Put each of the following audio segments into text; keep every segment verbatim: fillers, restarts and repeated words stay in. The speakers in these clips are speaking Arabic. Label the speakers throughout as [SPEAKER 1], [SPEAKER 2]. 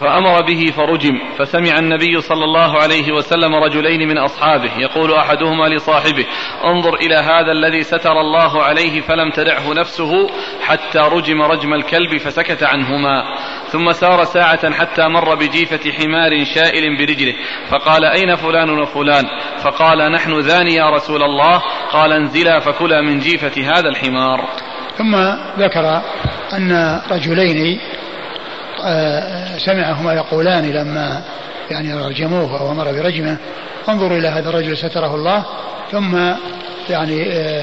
[SPEAKER 1] فأمر به فرجم. فسمع النبي صلى الله عليه وسلم رجلين من أصحابه يقول أحدهما لصاحبه انظر إلى هذا الذي ستر الله عليه فلم تدعه نفسه حتى رجم رجم الكلب، فسكت عنهما. ثم سار ساعة حتى مر بجيفة حمار شائل برجله فقال أين فلان وفلان؟ فقال نحن ذان يا رسول الله. قال انزلا فكلا من جيفة هذا الحمار.
[SPEAKER 2] ثم ذكر أن رجلين سمعهما يقولان لما يعني رجموه أو أمر برجمه انظروا إلى هذا الرجل ستره الله، ثم يعني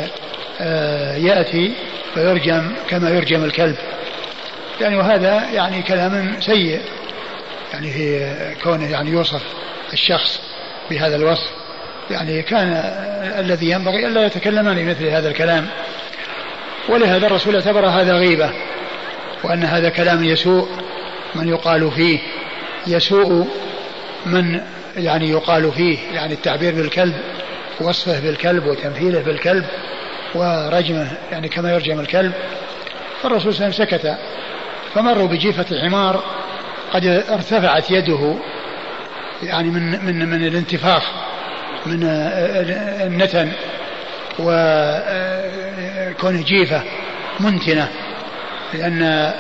[SPEAKER 2] يأتي فيرجم كما يرجم الكلب. يعني وهذا يعني كلام سيء يعني في كونه يعني يوصف الشخص بهذا الوصف. يعني كان الذي ينبغي ألا يتكلمان بمثل هذا الكلام، ولهذا الرسول اعتبر هذا غيبة، وأن هذا كلام يسوء من يقال فيه، يسوء من يعني يقال فيه، يعني التعبير بالكلب، وصفه بالكلب وتمثيله بالكلب ورجمه يعني كما يرجم الكلب. فالرسول صلى الله عليه وسلم سكت، فمروا بجيفة حمار قد ارتفعت يده يعني من من من الانتفاخ من النتن، وكون جيفة منتنة، لأن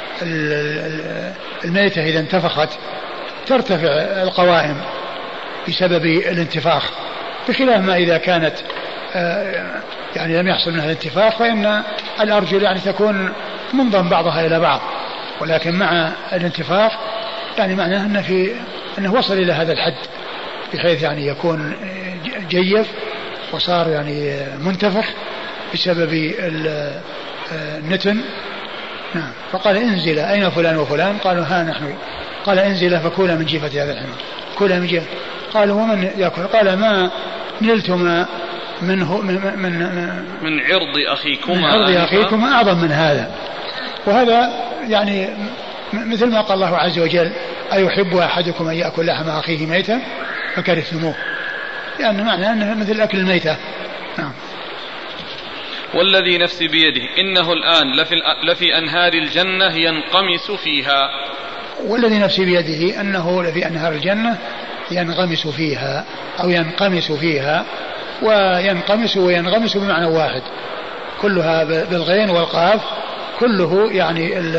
[SPEAKER 2] الميتة إذا انتفخت ترتفع القوائم بسبب الانتفاخ، بخلاف ما إذا كانت يعني لم يحصل منها الانتفاخ فإن الأرجل يعني تكون منضم بعضها إلى بعض، ولكن مع الانتفاخ يعني معناه أنه, في أنه وصل إلى هذا الحد بحيث يعني يكون جيف وصار يعني منتفخ بسبب النتن. نعم. فقال انزل أين فلان وفلان؟ قالوا ها نحن. قال انزل فكولا من جيفة هذا الحمار، كولا من جيفة. قالوا ومن يأكل؟ قال ما نلتما منه من, من,
[SPEAKER 1] من عرض أخيكما
[SPEAKER 2] من عرض أخيكما أعظم من هذا. وهذا يعني مثل ما قال الله عز وجل أيحب أحدكم أن يأكل لحم أخيه ميتا فكرهتموه، لأن يعني معنى أنه مثل أكل الميتة. نعم.
[SPEAKER 1] والذي نفسي بيده إنه الآن لفي, لفي أنهار الجنة ينقمس فيها.
[SPEAKER 2] والذي نفسي بيده أنه لفي أنهار الجنة ينغمس فيها أو ينقمس فيها، وينقمس وينغمس بمعنى واحد، كلها بالغين والقاف، كله يعني ال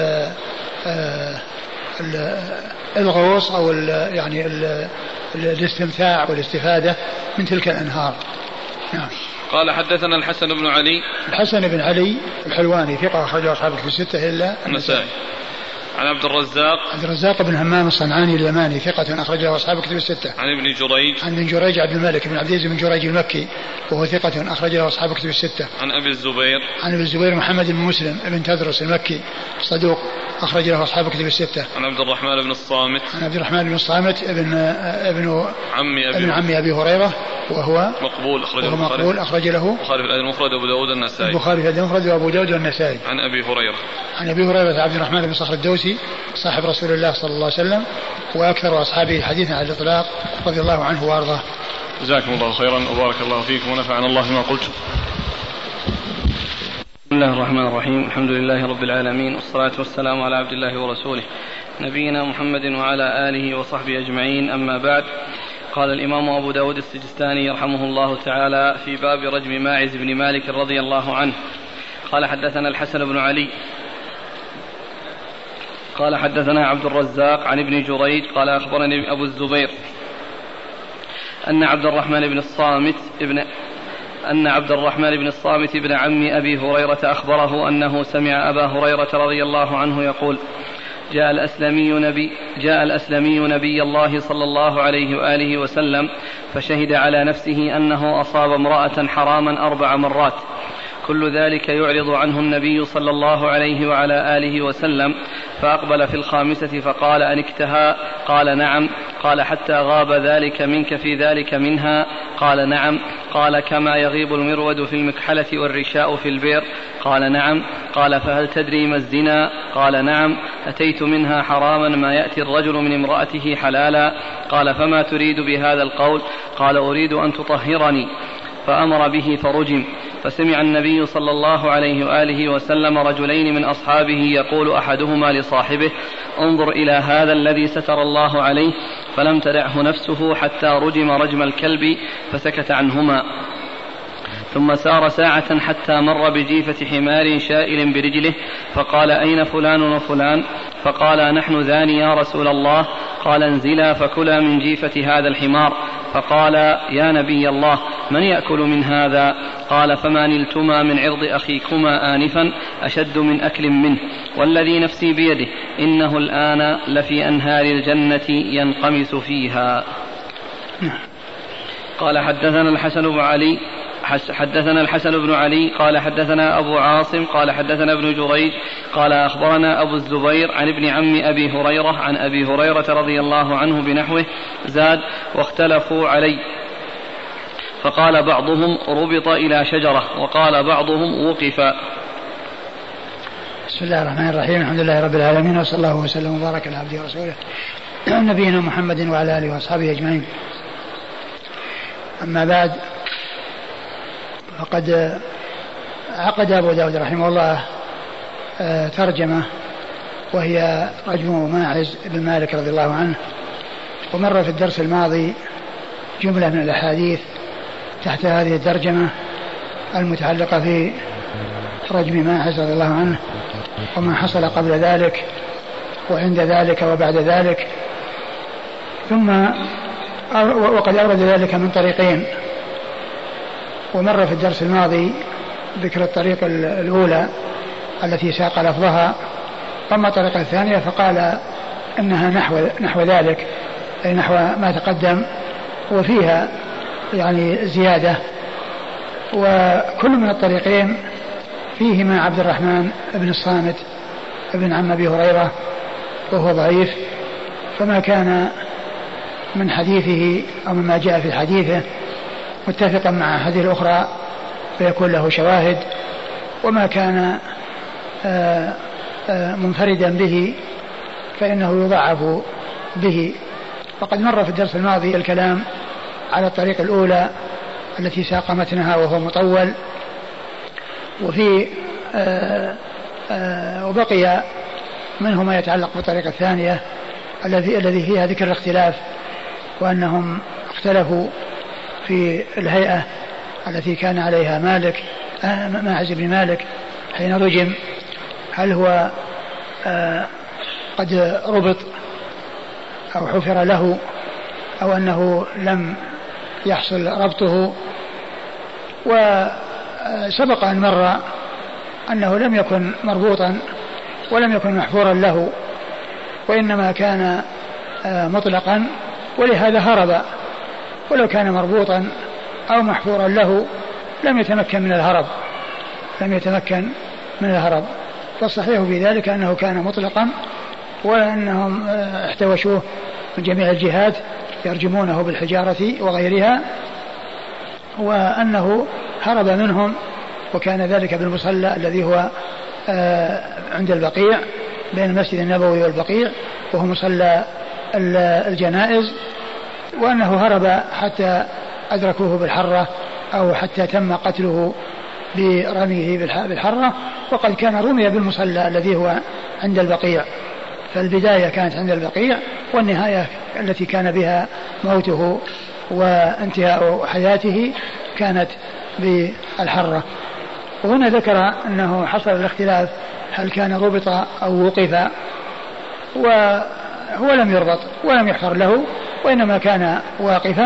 [SPEAKER 2] ال الغوص أو ال يعني ال الاستمتاع والاستفادة من تلك الأنهار. نعم.
[SPEAKER 1] قال حدثنا الحسن بن علي.
[SPEAKER 2] الحسن بن علي الحلواني ثقة أخرج أصحاب الكتب الستة إلا
[SPEAKER 1] النسائي. عن عبد الرزاق.
[SPEAKER 2] عبد الرزاق بن همام الصنعاني اليماني ثقة أخرجه أصحاب الكتب الستة.
[SPEAKER 1] عن ابن جريج.
[SPEAKER 2] عن ابن جريج عبد الملك بن عبد العزيز بن جريج المكي وهو ثقة أخرجه أصحاب الكتب الستة.
[SPEAKER 1] عن أبي الزبير.
[SPEAKER 2] عن أبي الزبير محمد بن مسلم بن تدرس المكي صدوق أخرج له أصحاب الكتب الستة.
[SPEAKER 1] عن عبد الرحمن بن الصامت.
[SPEAKER 2] عن عبد الرحمن بن الصامت ابن ابن
[SPEAKER 1] عمي أبي
[SPEAKER 2] ابن عمي أبي هريرة وهو
[SPEAKER 1] مقبول أخرج
[SPEAKER 2] له مقبول أخرج له
[SPEAKER 1] البخاري في الأدب المفرد وأبو داود والنسائي.
[SPEAKER 2] البخاري في الأدب المفرد وأبو داود والنسائي.
[SPEAKER 1] عن أبي هريرة.
[SPEAKER 2] عن أبي هريرة عبد الرحمن بن صخر الدوسي صاحب رسول الله صلى الله عليه وسلم وأكثر أصحابه حديثا على الإطلاق رضي الله عنه وأرضاه.
[SPEAKER 1] جزاكم الله خيرا وبارك الله فيكم ونفعنا الله بما قلتم.
[SPEAKER 3] بسم الله الرحمن الرحيم. الحمد لله رب العالمين، والصلاة والسلام على عبد الله ورسوله نبينا محمد وعلى آله وصحبه أجمعين. أما بعد، قال الإمام أبو داود السجستاني رحمه الله تعالى في باب رجم ماعز بن مالك رضي الله عنه قال حدثنا الحسن بن علي قال حدثنا عبد الرزاق عن ابن جريج قال أخبرني أبو الزبير أن عبد الرحمن بن الصامت ابن أن عبد الرحمن بن الصامت ابن عم أبي هريرة أخبره أنه سمع أبا هريرة رضي الله عنه يقول جاء الأسلمي نبي, جاء الأسلمي نبي الله صلى الله عليه وآله وسلم فشهد على نفسه أنه أصاب امرأة حراما أربع مرات، كل ذلك يعرض عنه النبي صلى الله عليه وعلى آله وسلم، فأقبل في الخامسة فقال أنكتها؟ قال نعم. قال حتى غاب ذلك منك في ذلك منها؟ قال نعم. قال كما يغيب المرود في المكحلة والرشاء في البئر؟ قال نعم. قال فهل تدري ما الزنا؟ قال نعم. أتيت منها حراما ما يأتي الرجل من امرأته حلالا. قال فما تريد بهذا القول؟ قال أريد أن تطهرني. فأمر به فرجم. فسمع النبي صلى الله عليه وآله وسلم رجلين من أصحابه يقول أحدهما لصاحبه: انظر إلى هذا الذي ستر الله عليه، فلم تدعه نفسه حتى رجم رجم الكلب، فسكت عنهما. ثم سار ساعة حتى مر بجيفة حمار شائل برجله، فقال: أين فلان وفلان؟ فقال: نحن ذان يا رسول الله. قال: انزلا فكلا من جيفة هذا الحمار. فقال: يا نبي الله، من يأكل من هذا؟ قال: فما نلتما من عرض أخيكما آنفا أشد من أكل منه، والذي نفسي بيده إنه الآن لفي أنهار الجنة ينقمس فيها. قال: حدثنا الحسن بن علي حدثنا الحسن بن علي قال حدثنا أبو عاصم قال حدثنا ابن جريج قال أخبرنا أبو الزبير عن ابن عم أبي هريرة عن أبي هريرة رضي الله عنه بنحوه، زاد: واختلفوا علي، فقال بعضهم ربط إلى شجرة، وقال بعضهم وقف.
[SPEAKER 2] بسم الله الرحمن الرحيم، الحمد لله رب العالمين، وصلى الله وسلم وبارك على عبده ورسوله نبينا محمد وعلى آله وأصحابه أجمعين. أما بعد، فقد عقد أبو داود رحمه الله ترجمة، وهي رجم ماعز بن مالك رضي الله عنه، ومر في الدرس الماضي جملة من الأحاديث تحت هذه الترجمة المتعلقة في رجم ماعز رضي الله عنه وما حصل قبل ذلك وعند ذلك وبعد ذلك. ثم وقد أورد ذلك من طريقين، ومر في الدرس الماضي ذكر الطريقة الأولى التي ساق لفظها، أما الطريقة الثانية فقال إنها نحو, نحو ذلك، أي نحو ما تقدم، وفيها يعني زيادة. وكل من الطريقين فيهما عبد الرحمن بن الصامت ابن عم أبي هريرة وهو ضعيف، فما كان من حديثه أو مما جاء في حديثه متفقا مع هذه الأخرى فيكون له شواهد، وما كان آآ آآ منفردا به فإنه يضعف به. وقد مر في الدرس الماضي الكلام على الطريقة الأولى التي ساق متنها وهو مطول، وفي آآ آآ وبقي منه ما يتعلق بالطريقة الثانية الذي الذي فيها ذكر الاختلاف، وأنهم اختلفوا في الهيئة التي كان عليها مالك ماعز بن مالك حين رجم، هل هو قد ربط أو حفر له أو أنه لم يحصل ربطه. وسبق أن مر أنه لم يكن مربوطا ولم يكن محفورا له، وإنما كان مطلقا، ولهذا هرب. ولو كان مربوطا أو محفورا له لم يتمكن من الهرب لم يتمكن من الهرب فالصحيح في ذلك أنه كان مطلقا، وأنهم احتوشوه من جميع الجهات يرجمونه بالحجارة وغيرها، وأنه هرب منهم، وكان ذلك بالمصلى الذي هو عند البقيع بين المسجد النبوي والبقيع، وهو مصلى الجنائز، وأنه هرب حتى أدركوه بالحرة أو حتى تم قتله برميه بالحرة. وقد كان رمي بالمصلى الذي هو عند البقيع، فالبداية كانت عند البقيع والنهاية التي كان بها موته وانتهاء حياته كانت بالحرة. وهنا ذكر أنه حصل الاختلاف هل كان ربط أو وقف، وهو لم يربط ولم يحفر له، وإنما كان واقفا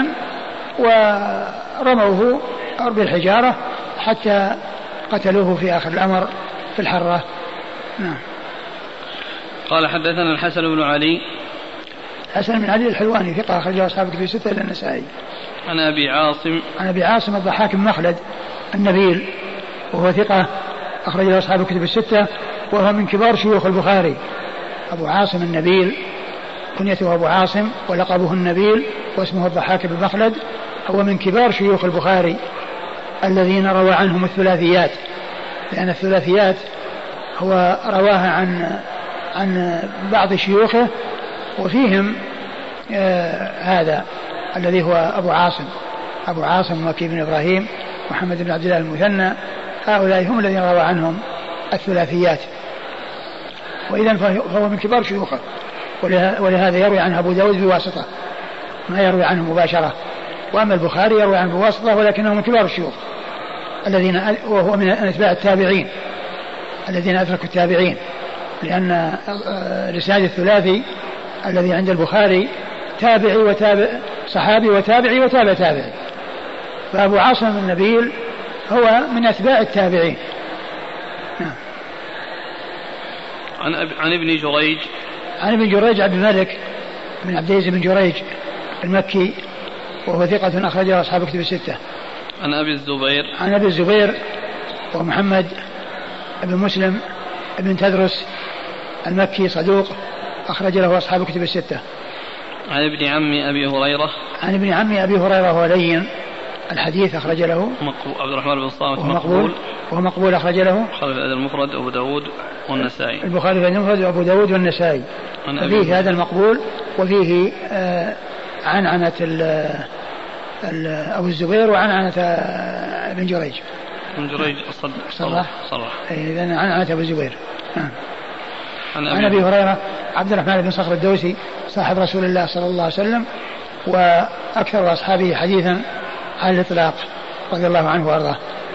[SPEAKER 2] ورموه بالحجارة حتى قتلوه في آخر الأمر في الحرة. نعم.
[SPEAKER 3] قال حدثنا الحسن بن علي
[SPEAKER 2] حسن بن علي الحلواني ثقة أخرجه أصحاب الكتب الستة إلا النسائي.
[SPEAKER 3] عن أبي عاصم
[SPEAKER 2] عن أبي عاصم الضحاك بن مخلد النبيل وهو ثقة أخرجه أصحاب الكتب الستة، وهو من كبار شيوخ البخاري. أبو عاصم النبيل كنيته أبو عاصم ولقبه النبيل واسمه الضحاك بن مخلد، هو من كبار شيوخ البخاري الذين روى عنهم الثلاثيات، لأن الثلاثيات هو رواها عن عن بعض شيوخه، وفيهم آه هذا الذي هو أبو عاصم أبو عاصم مكي بن إبراهيم محمد بن عبد الله المثنى، هؤلاء هم الذين روى عنهم الثلاثيات، وإذا فهو من كبار شيوخه، ولهذا يروي عنه أبو داود بواسطة ما يروي عنه مباشرة، وأما البخاري يروي عنه بواسطة ولكنه من كبار الشيوخ الذين، وهو من أتباع التابعين الذين أدركوا التابعين، لأن الإسناد الثلاثي الذي عند البخاري تابعي وتابع صحابي وتابعي وتابع تابعي، فأبو عاصم النبيل هو من أتباع التابعين.
[SPEAKER 3] عن, عن ابن جريج
[SPEAKER 2] عن ابن جريج عبد الملك بن عبد العزيز بن جريج المكي، وهو ثقة أخرجه أصحاب كتب الستة.
[SPEAKER 3] عن أبي الزبير
[SPEAKER 2] عن أبي الزبير ومحمد بن مسلم بن تدرس المكي صدوق أخرج له أصحاب كتب الستة.
[SPEAKER 3] عن ابن عم أبي هريرة
[SPEAKER 2] عن ابن عم أبي هريرة هو لين الحديث أخرج له
[SPEAKER 3] عبد الرحمن بن الصامت
[SPEAKER 2] مقبول وهو مقبول أخرج له
[SPEAKER 3] البخاري في المفرد وأبو داود والنسائي
[SPEAKER 2] البخاري في المفرد وأبو داود والنسائي. فيه هذا المقبول وفيه آه عنعنة أبو الزبير وعنعنة ابن جريج
[SPEAKER 3] ابن جريج صلح
[SPEAKER 2] صلح
[SPEAKER 3] صلح
[SPEAKER 2] إذن عنعنة أبو الزبير.
[SPEAKER 3] عن
[SPEAKER 2] أبي, أبي هريرة عبد الرحمن بن صخر الدوسي صاحب رسول الله صلى الله عليه وسلم وأكثر أصحابه حديثا على الإطلاق رضي الله عنه وأرضاه.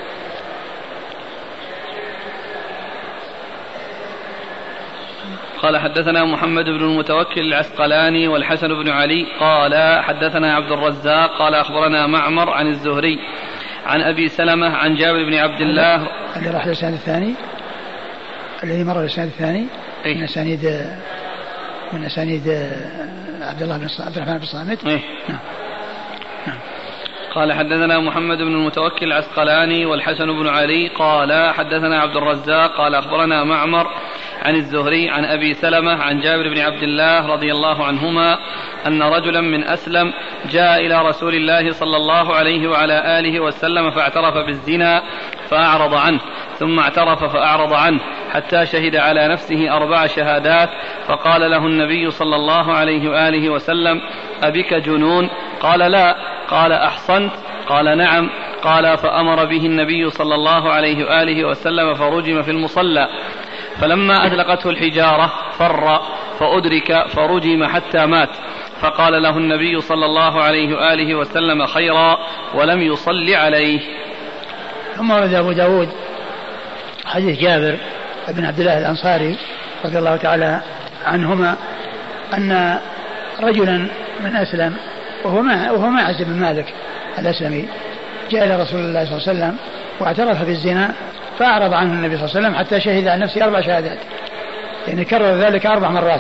[SPEAKER 3] قال حدثنا محمد بن المتوكل العسقلاني والحسن بن علي قال حدثنا عبد الرزاق قال أخبرنا معمر عن الزهري عن أبي سلمة عن جابر بن عبد الله
[SPEAKER 2] الذي راح للسند الثاني الذي مر للسند الثاني
[SPEAKER 3] أيه؟
[SPEAKER 2] من أسانيد من أسانيد عبد الله بن عبد الرحمن بن صامت.
[SPEAKER 3] أيه؟ نعم. نعم. قال حدثنا محمد بن المتوكل العسقلاني والحسن بن علي قال حدثنا عبد الرزاق قال أخبرنا معمر عن الزهري عن أبي سلمة عن جابر بن عبد الله رضي الله عنهما أن رجلا من أسلم جاء إلى رسول الله صلى الله عليه وعلى آله وسلم فاعترف بالزنا فأعرض عنه ثم اعترف فأعرض عنه حتى شهد على نفسه أربع شهادات فقال له النبي صلى الله عليه وآله وسلم أبك جنون؟ قال لا. قال أحصنت؟ قال نعم. قال فأمر به النبي صلى الله عليه وآله وسلم فرجم في المصلى فلما أدلقته الحجارة فر فأدرك فرجم حتى مات فقال له النبي صلى الله عليه وآله وسلم خيرا ولم يصل عليه.
[SPEAKER 2] ثم ورد أبو داود حديث جابر بن عبد الله الأنصاري رضي الله تعالى عنهما أن رجلا من أسلم وهو ما وهو معز بن مالك الأسلمي جاء إلى رسول الله صلى الله عليه وسلم واعترف بالزنا فأعرض عنه النبي صلى الله عليه وسلم حتى شهد عن نفسه أربع شهادات، يعني كرر ذلك أربع مرات.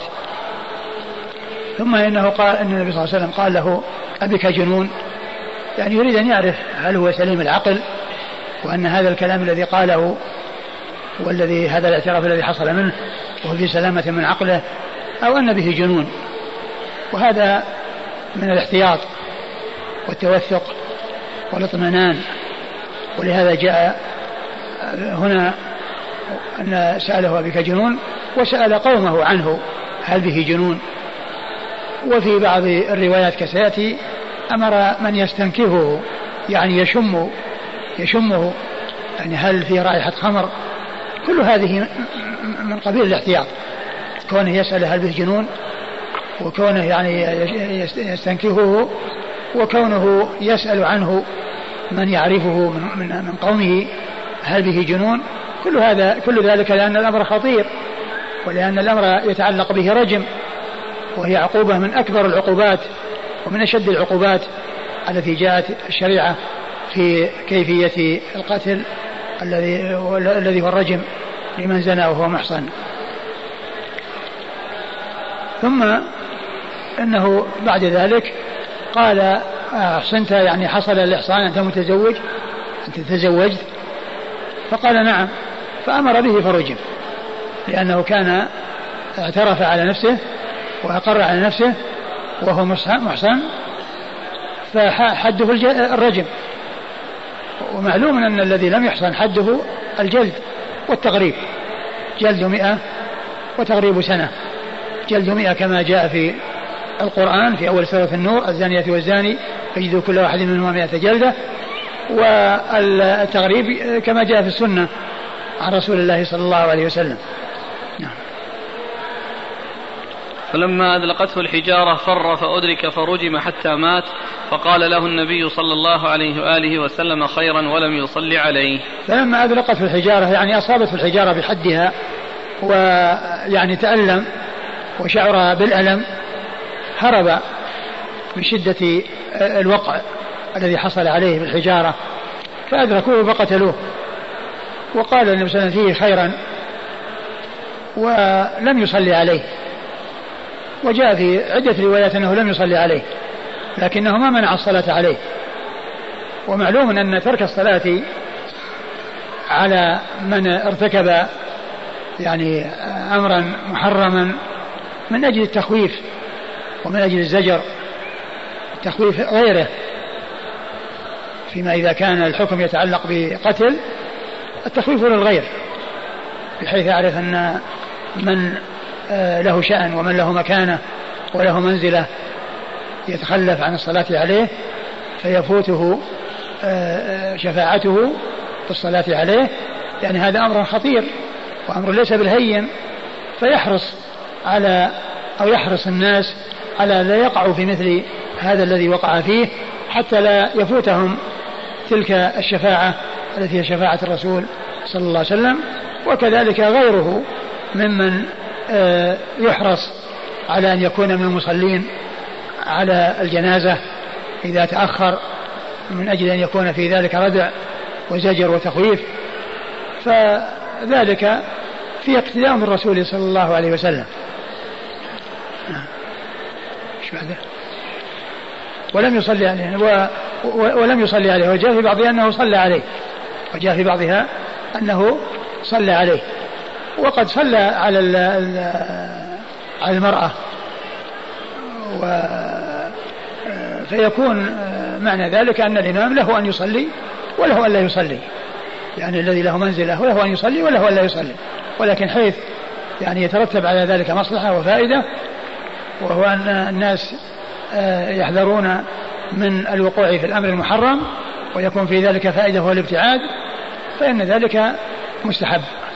[SPEAKER 2] ثم إنه قال أن النبي صلى الله عليه وسلم قال له أبك جنون؟ يعني يريد أن يعرف هل هو سليم العقل وأن هذا الكلام الذي قاله والذي هذا الاعتراف الذي حصل منه وهو في سلامة من عقله أو أن به جنون. وهذا من الاحتياط والتوثق والاطمئنان، ولهذا جاء هنا أن سأله أبك جنون وسأل قومه عنه هل به جنون. وفي بعض الروايات كسيأتي أمر من يستنكهه يعني يشم يشمه يعني هل في رائحة خمر. كل هذه من قبيل الاحتياط، كونه يسأل هل به جنون وكونه يعني يستنكهه وكونه يسأل عنه من يعرفه من, من قومه هل به جنون. كل هذا كل ذلك لأن الأمر خطير ولأن الأمر يتعلق به رجم، وهي عقوبة من أكبر العقوبات ومن أشد العقوبات التي جاءت الشريعة في كيفية القتل الذي الذي هو الرجم لمن زنى وهو محصن. ثم إنه بعد ذلك قال أحسنت يعني حصل الإحصان أنت متزوج أنت تزوجت؟ فقال نعم. فأمر به فرجم لأنه كان اعترف على نفسه وأقر على نفسه وهو محصن فحده الرجم. ومعلوم أن الذي لم يحصن حده الجلد والتغريب، جلد مئة وتغريب سنة. جلد مئة كما جاء في القرآن في أول سورة النور الزانية والزاني فاجلدوا كل واحد منهما مئة جلدة، والتغريب كما جاء في السنة عن رسول الله صلى الله عليه وسلم. نعم.
[SPEAKER 1] فلما أدلقته الحجارة فر فأدرك فرجم حتى مات، فقال له النبي صلى الله عليه وآله وسلم خيرا ولم يصلي عليه.
[SPEAKER 2] فلما أدلقته الحجارة يعني أصابته الحجارة بحدها ويعني تألم وشعر بالألم، هرب من شدة الوقع الذي حصل عليه بالحجارة، فأدركوه فقتلوه. وقال النبي صلى الله عليه وسلم فيه خيرا ولم يصلي عليه. وجاء في عدة روايات أنه لم يصلي عليه لكنه ما منع الصلاة عليه. ومعلوم أن ترك الصلاة على من ارتكب يعني أمرا محرما من أجل التخويف ومن أجل الزجر، التخويف غيره، فيما إذا كان الحكم يتعلق بقتل التخويف للغير، بحيث يعرف أن من له شأن ومن له مكانة وله منزلة يتخلف عن الصلاة عليه فيفوته شفاعته بالصلاة عليه، يعني هذا أمر خطير وأمر ليس بالهين، فيحرص على أو يحرص الناس على لا يقعوا في مثل هذا الذي وقع فيه حتى لا يفوتهم تلك الشفاعة التي هي شفاعة الرسول صلى الله عليه وسلم. وكذلك غيره ممن يحرص على أن يكون من المصلين على الجنازة إذا تأخر من أجل أن يكون في ذلك ردع وزجر وتخويف، فذلك في اقتداء من الرسول صلى الله عليه وسلم. ايش بعده؟ ولم يصلي عليه و... ولم يصلي عليه، وجاء في بعضها أنه صلى عليه، وجاء في بعضها أنه صلى عليه. وقد صلى على ال... على المرأة، و... فيكون معنى ذلك أن الإمام له أن يصلي وله أن لا يصلي، يعني الذي له منزله وله أن يصلي وله أن لا يصلي، ولكن حيث يعني يترتب على ذلك مصلحة وفائدة، وهو أن الناس يحذرون من الوقوع في الأمر المحرم ويكون في ذلك فائدة والابتعاد، فإن ذلك مستحب.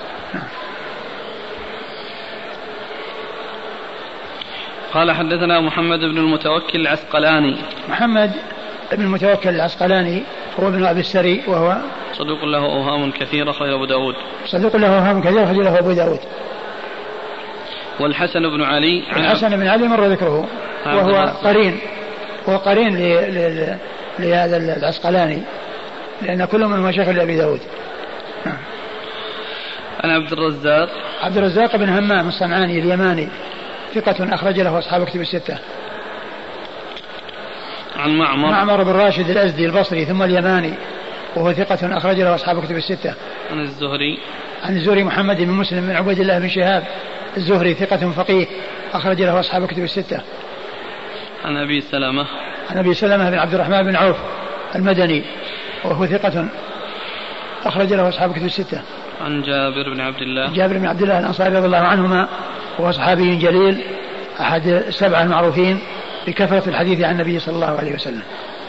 [SPEAKER 1] قال حدثنا محمد بن المتوكل العسقلاني.
[SPEAKER 2] محمد بن المتوكل العسقلاني هو ابن أبي السري وهو
[SPEAKER 1] صدوق له أوهام كثيرة خير أبو داود.
[SPEAKER 2] صدوق له أوهام كثيرة خير له أبو داود.
[SPEAKER 1] والحسن بن علي.
[SPEAKER 2] الحسن بن علي مر ذكره وهو قرين، هو قرين لهذا العسقلاني لأن كل من مشايخ لأبي داود.
[SPEAKER 1] عن عبد الرزاق.
[SPEAKER 2] عبد الرزاق بن همام الصنعاني اليماني ثقة أخرج له أصحاب كتب الستة.
[SPEAKER 1] عن معمر.
[SPEAKER 2] معمر بن راشد الأزدي البصري ثم اليماني وهو ثقة أخرج له أصحاب كتب الستة.
[SPEAKER 1] عن الزهري.
[SPEAKER 2] عن الزهري محمد بن مسلم بن عبيد الله بن شهاب الزهري ثقة فقيه أخرج له أصحاب كتب الستة.
[SPEAKER 1] عن أبي سلمة.
[SPEAKER 2] عن أبي سلمة بن عبد الرحمن بن عوف المدني وهو ثقة أخرج له أصحاب كتب الستة.
[SPEAKER 1] عن جابر بن عبد الله.
[SPEAKER 2] جابر بن عبد الله الأنصاري رضي الله عنهما وهو صحابي جليل أحد السبعة المعروفين بكثرة الحديث عن النبي صلى الله عليه وسلم.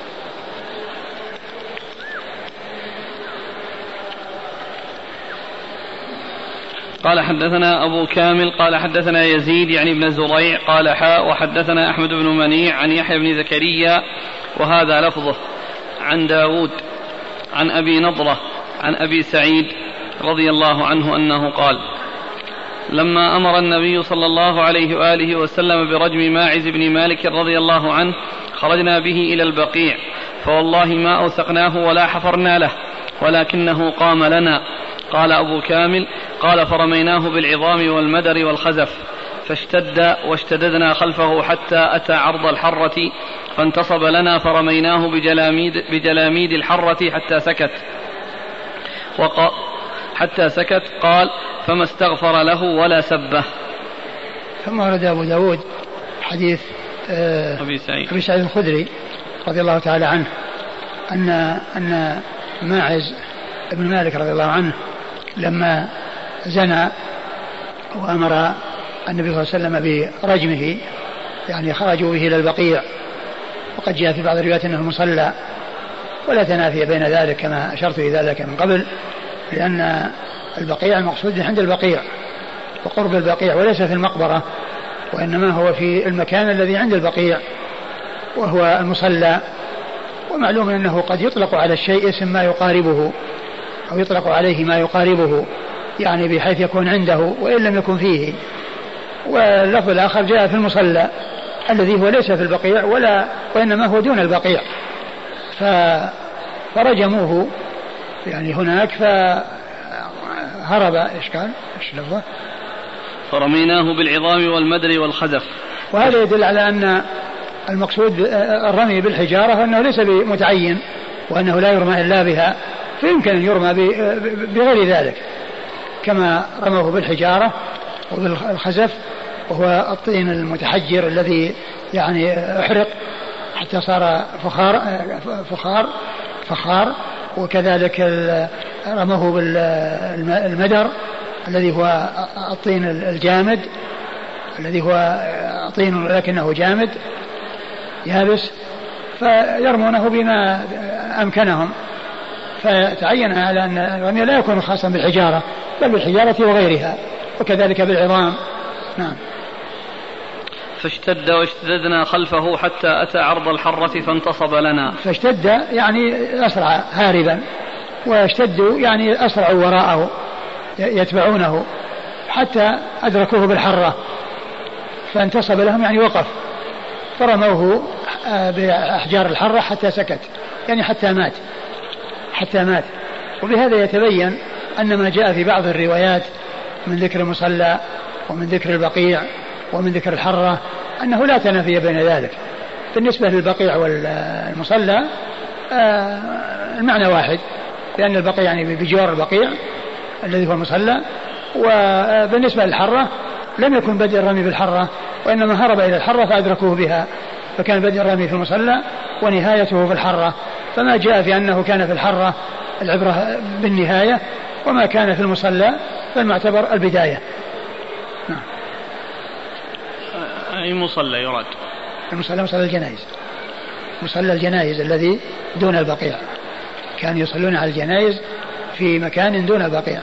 [SPEAKER 1] قال حدثنا أبو كامل قال حدثنا يزيد يعني ابن زريع قال حاء وحدثنا أحمد بن منيع عن يحيى بن زكريا وهذا لفظه عن داود عن أبي نضرة عن أبي سعيد رضي الله عنه أنه قال لما أمر النبي صلى الله عليه وآله وسلم برجم ماعز بن مالك رضي الله عنه خرجنا به إلى البقيع فوالله ما أوثقناه ولا حفرنا له ولكنه قام لنا. قال أبو كامل قال فرميناه بالعظام والمدر والخزف فاشتد واشتددنا خلفه حتى أتى عرض الحرة فانتصب لنا فرميناه بجلاميد, بجلاميد الحرة حتى سكت وق حتى سكت قال فما استغفر له ولا سبه.
[SPEAKER 2] ثم ورد أبو داود حديث
[SPEAKER 1] أبي سعيد
[SPEAKER 2] أبي سعيد الخدري رضي الله تعالى عنه أن أن ماعز ابن مالك رضي الله عنه لما زنى وأمر النبي صلى الله عليه وسلم برجمه يعني خرجوا به إلى البقيع، وقد جاء في بعض الروايات أنه مصلى ولا تنافي بين ذلك كما أشرت إلى ذلك من قبل، لأن البقيع المقصود عند البقيع وقرب البقيع وليس في المقبرة، وإنما هو في المكان الذي عند البقيع وهو المصلى. ومعلوم أنه قد يطلق على الشيء اسم ما يقاربه أو يطلق عليه ما يقاربه، يعني بحيث يكون عنده وإن لم يكن فيه. واللفظ الآخر جاء في المصلى الذي هو ليس في البقيع ولا وإنما هو دون البقيع، فرجموه يعني هناك فهرب. إيش قال؟ إيش لفظه؟
[SPEAKER 3] فرميناه بالعظام والمدر والخزف.
[SPEAKER 2] وهذا يدل على أن المقصود الرمي بالحجارة وأنه ليس بمتعين وأنه لا يرمى إلا بها، فيمكن أن يرمى بغير ذلك كما رموه بالحجارة وبالخزف، وهو الطين المتحجر الذي يعني احرق حتى صار فخار فخار فخار وكذلك رموه بالمدر الذي هو الطين الجامد الذي هو طين لكنه جامد يابس، فيرمونه بما أمكنهم. فتعين على أن الرمي لا يكون خاصا بالحجارة بل بالحجارة وغيرها، وكذلك بالعظام. نعم.
[SPEAKER 3] فاشتد واشتددنا خلفه حتى أتى عرض الحرة فانتصب لنا.
[SPEAKER 2] فاشتد يعني أسرع هاربا، واشتدوا يعني أسرعوا وراءه يتبعونه حتى أدركوه بالحرة فانتصب لهم يعني وقف، فرموه بأحجار الحرة حتى سكت، يعني حتى مات حتى مات. وبهذا يتبين أن ما جاء في بعض الروايات من ذكر المصلى ومن ذكر البقيع ومن ذكر الحرة أنه لا تنافي بين ذلك. بالنسبة للبقيع والمصلى المعنى واحد، لأن البقيع يعني بجوار البقيع الذي هو المصلى. وبالنسبة للحرة لم يكن بدء الرمي بالحرة، وإنما هرب إلى الحرة فأدركوه بها، فكان بدء الرمي في المصلى ونهايته في الحرة. فما جاء في أنه كان في الحرة العبرة بالنهاية، وما كان في المصلى فالمعتبر البداية. نعم.
[SPEAKER 3] أي مصلى يراد؟
[SPEAKER 2] المصلى مصلى الجنائز، مصلى الجنائز الذي دون البقيع، كانوا يصلون على الجنائز في مكان دون البقيع.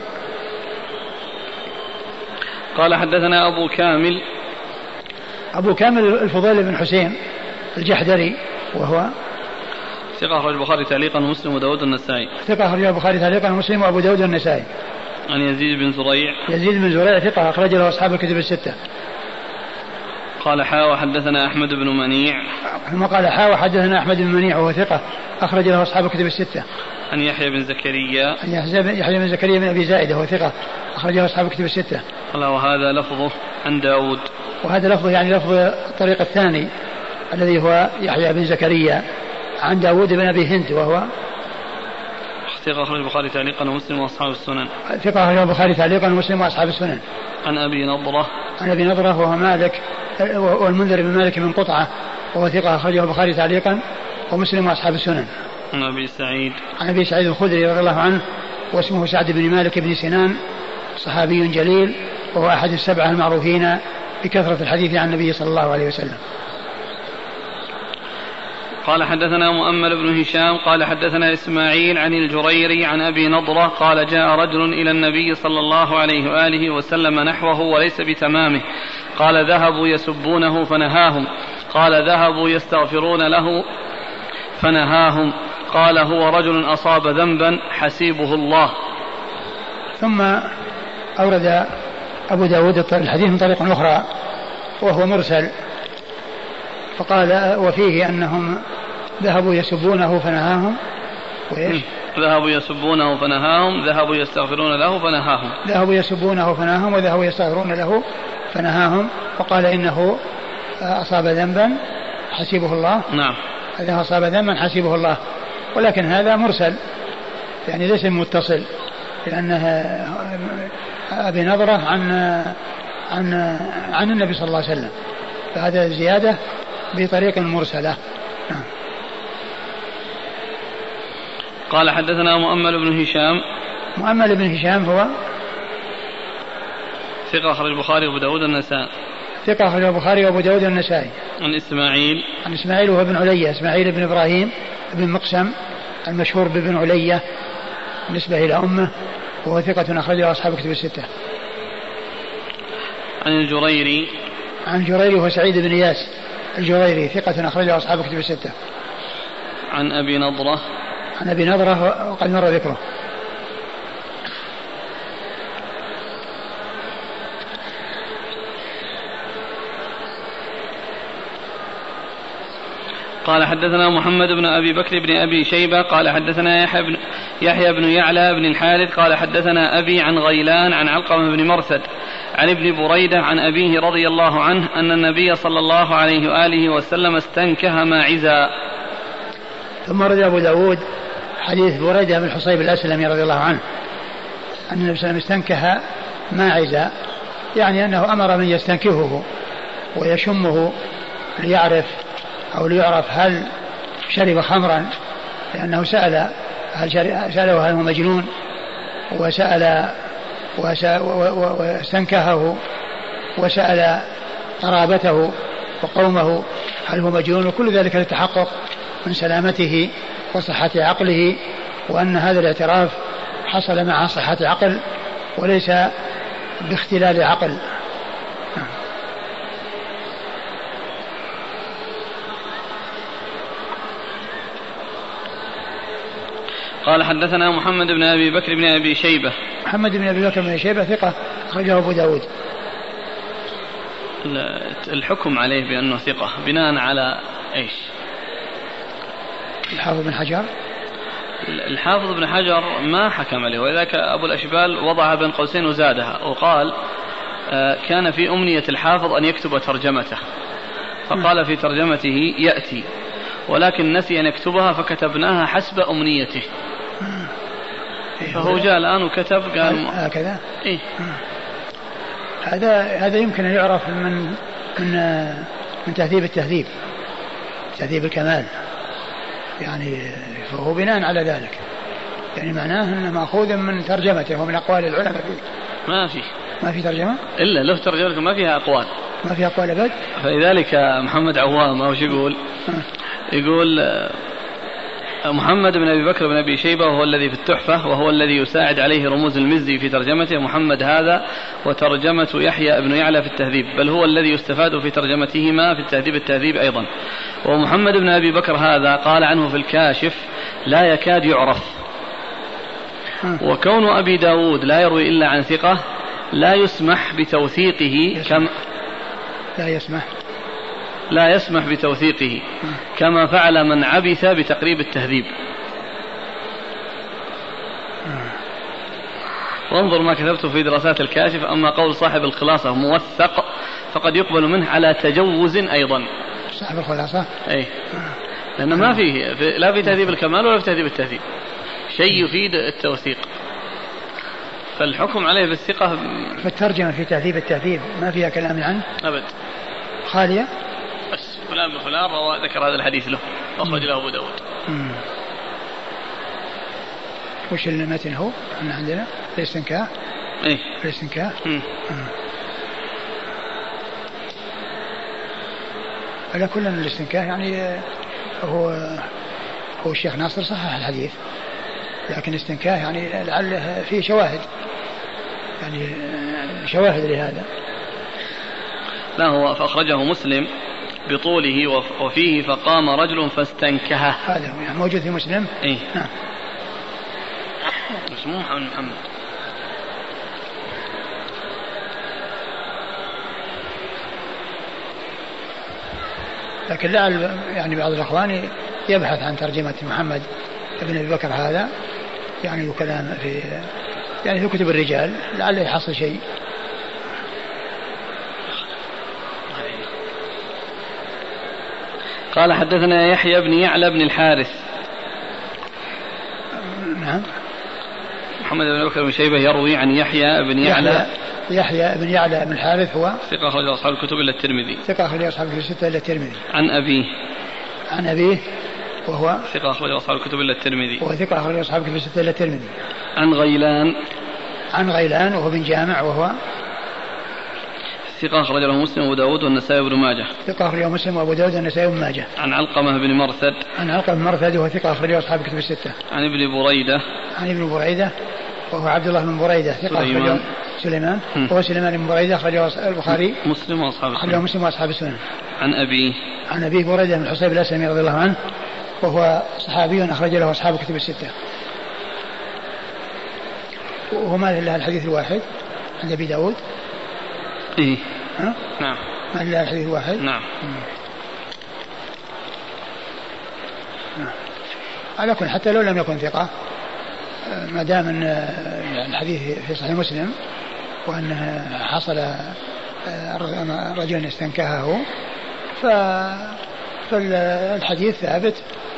[SPEAKER 3] قال حدثنا أبو كامل.
[SPEAKER 2] أبو كامل الفضيل بن حسين الجحدري، وهو
[SPEAKER 3] ثقة أخرج البخاري تعليقا ومسلم وداود النسائي.
[SPEAKER 2] ثقة أخرج البخاري تعليقا ومسلم وأبو داود النسائي.
[SPEAKER 3] عن يزيد بن زريع.
[SPEAKER 2] يزيد بن زريع ثقة أخرج له أصحاب الكتب الستة.
[SPEAKER 3] قال حا وحدثنا أحمد بن منيع.
[SPEAKER 2] ثم قال حا وحدثنا أحمد بن منيع وهو ثقة أخرج له أصحاب الكتب الستة.
[SPEAKER 3] عن يحيى بن زكريا.
[SPEAKER 2] عن يحيى بن زكريا بن أبي زائدة وهو ثقة أخرج له أصحاب الكتب الستة.
[SPEAKER 3] قال وهذا لفظه عن داود.
[SPEAKER 2] وهذا لفظه يعني لفظ الطريق الثاني الذي هو يحيى بن زكريا عن داود بن أبي هند، وهو
[SPEAKER 3] ثقة أخرج البخاري تعليقا ومسلم وأصحاب السنن.
[SPEAKER 2] ثقة أخرج البخاري تعليقا ومسلم وأصحاب السنن.
[SPEAKER 3] عن أبي نضرة.
[SPEAKER 2] عن أبي نضرة وهو مالك والمنذر بن مالك بن قطعة وهو ثقة أخرجه البخاري تعليقا ومسلم وأصحاب السنن.
[SPEAKER 3] عن أبي سعيد.
[SPEAKER 2] عن أبي سعيد الخدري رضي الله عنه واسمه سعد بن مالك بن سنان، صحابي جليل وهو أحد السبعة المعروفين بكثرة الحديث عن النبي صلى الله عليه وسلم.
[SPEAKER 3] قال حدثنا مؤمل بن هشام قال حدثنا إسماعيل عن الجريري عن أبي نضرة قال جاء رجل إلى النبي صلى الله عليه وآله وسلم نحوه وليس بتمامه، قال ذهبوا يسبونه فنهاهم، قال ذهبوا يستغفرون له فنهاهم، قال هو رجل أصاب ذنبا حسيبه الله.
[SPEAKER 2] ثم أورد أبو داود الحديث من طريق أخرى وهو مرسل، فقال وفيه أنهم ذهبوا يسبونه فنهاهم. وإيش؟
[SPEAKER 3] ذهبوا يسبونه فنهاهم، ذهبوا يستغفرون له فنهاهم.
[SPEAKER 2] ذهبوا يسبونه فنهاهم وذهبوا يستغفرون له فنهاهم، وقال إنه أصاب ذنبا حسيبه الله.
[SPEAKER 3] نعم.
[SPEAKER 2] إذا أصاب ذنبا حسيبه الله، ولكن هذا مرسل يعني ليس متصل، لأنه أبي نضرة عن عن عن النبي صلى الله عليه وسلم، فهذا زيادة بطريق مرسلة. نعم.
[SPEAKER 3] قال حدثنا مؤمل بن هشام.
[SPEAKER 2] مؤمل بن هشام هو
[SPEAKER 3] ثقة أخرج البخاري وأبو داود النسائي.
[SPEAKER 2] ثقة أخرج البخاري وأبو داود النسائي.
[SPEAKER 3] عن إسماعيل.
[SPEAKER 2] عن إسماعيل وهو ابن عليا، إسماعيل بن إبراهيم بن مقسم المشهور بابن علية نسبة إلى أمه، وهو ثقة أخرجه أصحاب كتب الستة.
[SPEAKER 3] عن الجريري
[SPEAKER 2] عن الجريري هو سعيد بن إياس الجريري ثقة أخرجه أصحاب كتب الستة.
[SPEAKER 3] عن أبي نضرة
[SPEAKER 2] عن أبي نضرة وقد مر ذكره.
[SPEAKER 3] قال حدثنا محمد بن أبي بكر بن أبي شيبة قال حدثنا يحيى بن, يحيى بن يعلى بن الحارث قال حدثنا أبي عن غيلان عن علقمة بن مرثد عن ابن بريدة عن أبيه رضي الله عنه أن النبي صلى الله عليه وآله وسلم استنكه ماعزا.
[SPEAKER 2] ثم رد أبو داود حديث بريدة بن الحصيب الأسلمي رضي الله عنه أن النبي صلى الله عليه وسلم استنكه ماعزا، يعني أنه أمر من يستنكهه ويشمه ليعرف أو ليعرف هل شرب خمرا، لأنه سأل هل سأله هل هو مجنون، وسأل واستنكهه وسأل قرابته وقومه هل هو مجنون، وكل ذلك للتحقق من سلامته وصحة عقله، وأن هذا الاعتراف حصل مع صحة عقل وليس باختلال عقل.
[SPEAKER 3] قال حدثنا محمد بن أبي بكر بن أبي شيبة.
[SPEAKER 2] محمد بن أبي بكر بن أبي شيبة ثقة أخرجه أبو داود.
[SPEAKER 3] الحكم عليه بأنه ثقة بناء على إيش؟
[SPEAKER 2] الحافظ بن حجر
[SPEAKER 3] الحافظ بن حجر ما حكم عليه، وذاك أبو الأشبال وضعها بين قوسين وزادها وقال كان في أمنية الحافظ أن يكتب ترجمته، فقال في ترجمته يأتي، ولكن نسي أن يكتبها فكتبناها حسب أمنيته. فهو جاء الآن وكتب قال
[SPEAKER 2] هكذا.
[SPEAKER 3] إيه؟
[SPEAKER 2] هذا هذا يمكن أن يعرف من من من تهذيب التهذيب، تهذيب الكمال، يعني فهو بناء على ذلك، يعني معناه أنه مأخوذ من ترجمته ومن أقوال العلماء فيه.
[SPEAKER 3] ما في
[SPEAKER 2] ما في ترجمة
[SPEAKER 3] إلا له ترجمة ما فيها أقوال،
[SPEAKER 2] ما فيها أقوال أبد.
[SPEAKER 3] فلذلك محمد عوام أو شو يقول يقول محمد بن أبي بكر بن أبي شيبة وهو الذي في التحفة وهو الذي يساعد عليه رموز المزي في ترجمته، محمد هذا وترجمة يحيى بن يعلى في التهذيب، بل هو الذي يستفاد في ترجمتهما في التهذيب التهذيب أيضا. ومحمد بن أبي بكر هذا قال عنه في الكاشف لا يكاد يعرف، وكون أبي داود لا يروي إلا عن ثقة لا يسمح بتوثيقه كم
[SPEAKER 2] لا يسمح
[SPEAKER 3] لا يسمح بتوثيقه كما فعل من عبث بتقريب التهذيب. وانظر ما كتبته في دراسات الكاشف. أما قول صاحب الخلاصة موثق فقد يقبل منه على تجوز أيضا.
[SPEAKER 2] صاحب الخلاصة
[SPEAKER 3] أي لأنه ما فيه لا في تهذيب الكمال ولا في تهذيب التهذيب شيء يفيد التوثيق، فالحكم عليه بالثقة.
[SPEAKER 2] فالترجمة في تهذيب التهذيب ما فيها كلام عنه
[SPEAKER 3] أبد،
[SPEAKER 2] خالية،
[SPEAKER 3] بس فلان بن فلان روى ذكر هذا الحديث له أخرج له أبو داود.
[SPEAKER 2] وش المتن هو احنا عندنا الاستنكاح؟
[SPEAKER 3] ايه
[SPEAKER 2] الاستنكاح. على كل الاستنكاح يعني هو هو الشيخ ناصر صحح الحديث، لكن الاستنكاح يعني لعله فيه شواهد، يعني شواهد لهذا.
[SPEAKER 3] لا هو فأخرجه مسلم بطوله وفيه فقام رجل فاستنكه،
[SPEAKER 2] هذا يعني موجود في مسلم.
[SPEAKER 3] ايه
[SPEAKER 2] نعم.
[SPEAKER 3] اسمه محمد محمد.
[SPEAKER 2] لكن لعل يعني بعض الأخوان يبحث عن ترجمة محمد بن أبي بكر هذا، يعني وكلام في يعني في كتب الرجال لعل يحصل شيء.
[SPEAKER 3] قال حدثنا يحيى بن يعلى بن الحارث.
[SPEAKER 2] نعم.
[SPEAKER 3] محمد بن بكر بن شيبة يروي عن يحيى بن يعلى.
[SPEAKER 2] يحيى بن يعلى بن الحارث هو
[SPEAKER 3] ثقة أخرج أصحاب الكتب إلا الترمذي.
[SPEAKER 2] ثقة أخرج أصحاب الكتب الستة إلا الترمذي.
[SPEAKER 3] عن أبيه.
[SPEAKER 2] عن أبيه وهو
[SPEAKER 3] ثقة أخرج أصحاب الكتب إلا الترمذي.
[SPEAKER 2] وهو ثقة أخرج أصحاب الكتب الستة إلا الترمذي.
[SPEAKER 3] عن غيلان.
[SPEAKER 2] عن غيلان وهو بن جامع وهو
[SPEAKER 3] ثقة أخرج له مسلم وأبو داود والنسائي وابن ماجه.
[SPEAKER 2] ثقة أخرج له مسلم وأبو داود والنسائي وابن ماجه.
[SPEAKER 3] عن علقمة بن مرثد.
[SPEAKER 2] عن علقمة بن مرثد وهو ثقة أخرج له أصحاب الكتب الستة.
[SPEAKER 3] عن ابن بريدة.
[SPEAKER 2] عن ابن بريدة وهو عبد الله بن بريدة ثقة
[SPEAKER 3] سليمان.
[SPEAKER 2] سليمان وهو سليمان بن بريدة أخرجه البخاري
[SPEAKER 3] مسلم وأصحاب السنن.
[SPEAKER 2] أخرجه مسلم وأصحاب السنن.
[SPEAKER 3] عن أبيه.
[SPEAKER 2] عن أبيه بريدة بن الحصيب الأسلمي رضي الله عنه وهو صحابي أخرج له أصحاب الكتب الستة. وهو ما إلا الحديث الواحد عند أبي داود.
[SPEAKER 3] إيه.
[SPEAKER 2] ها؟
[SPEAKER 3] نعم.
[SPEAKER 2] ما إلا الحديث الواحد.
[SPEAKER 3] نعم.
[SPEAKER 2] نعم. على كل حتى لو لم يكن ثقة ما دام أن الحديث في صحيح مسلم وأنه حصل رجل استنكهه فالحديث ثابت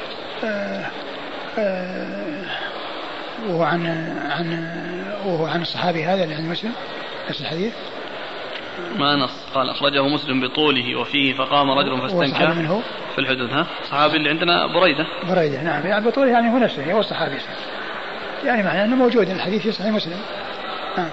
[SPEAKER 2] وهو عن عن وهو عن الصحابي هذا اللي عند مسلم نفس الحديث
[SPEAKER 3] ما نص قال أخرجه مسلم بطوله وفيه فقام رجل فاستنكه
[SPEAKER 2] منه
[SPEAKER 3] في الحدود. ها صحابي اللي عندنا بريدة.
[SPEAKER 2] بريدة نعم يعني بطوله يعني هو نفسه هو الصحابي يعني معناه أنه موجود الحديث في صحيح مسلم. آه.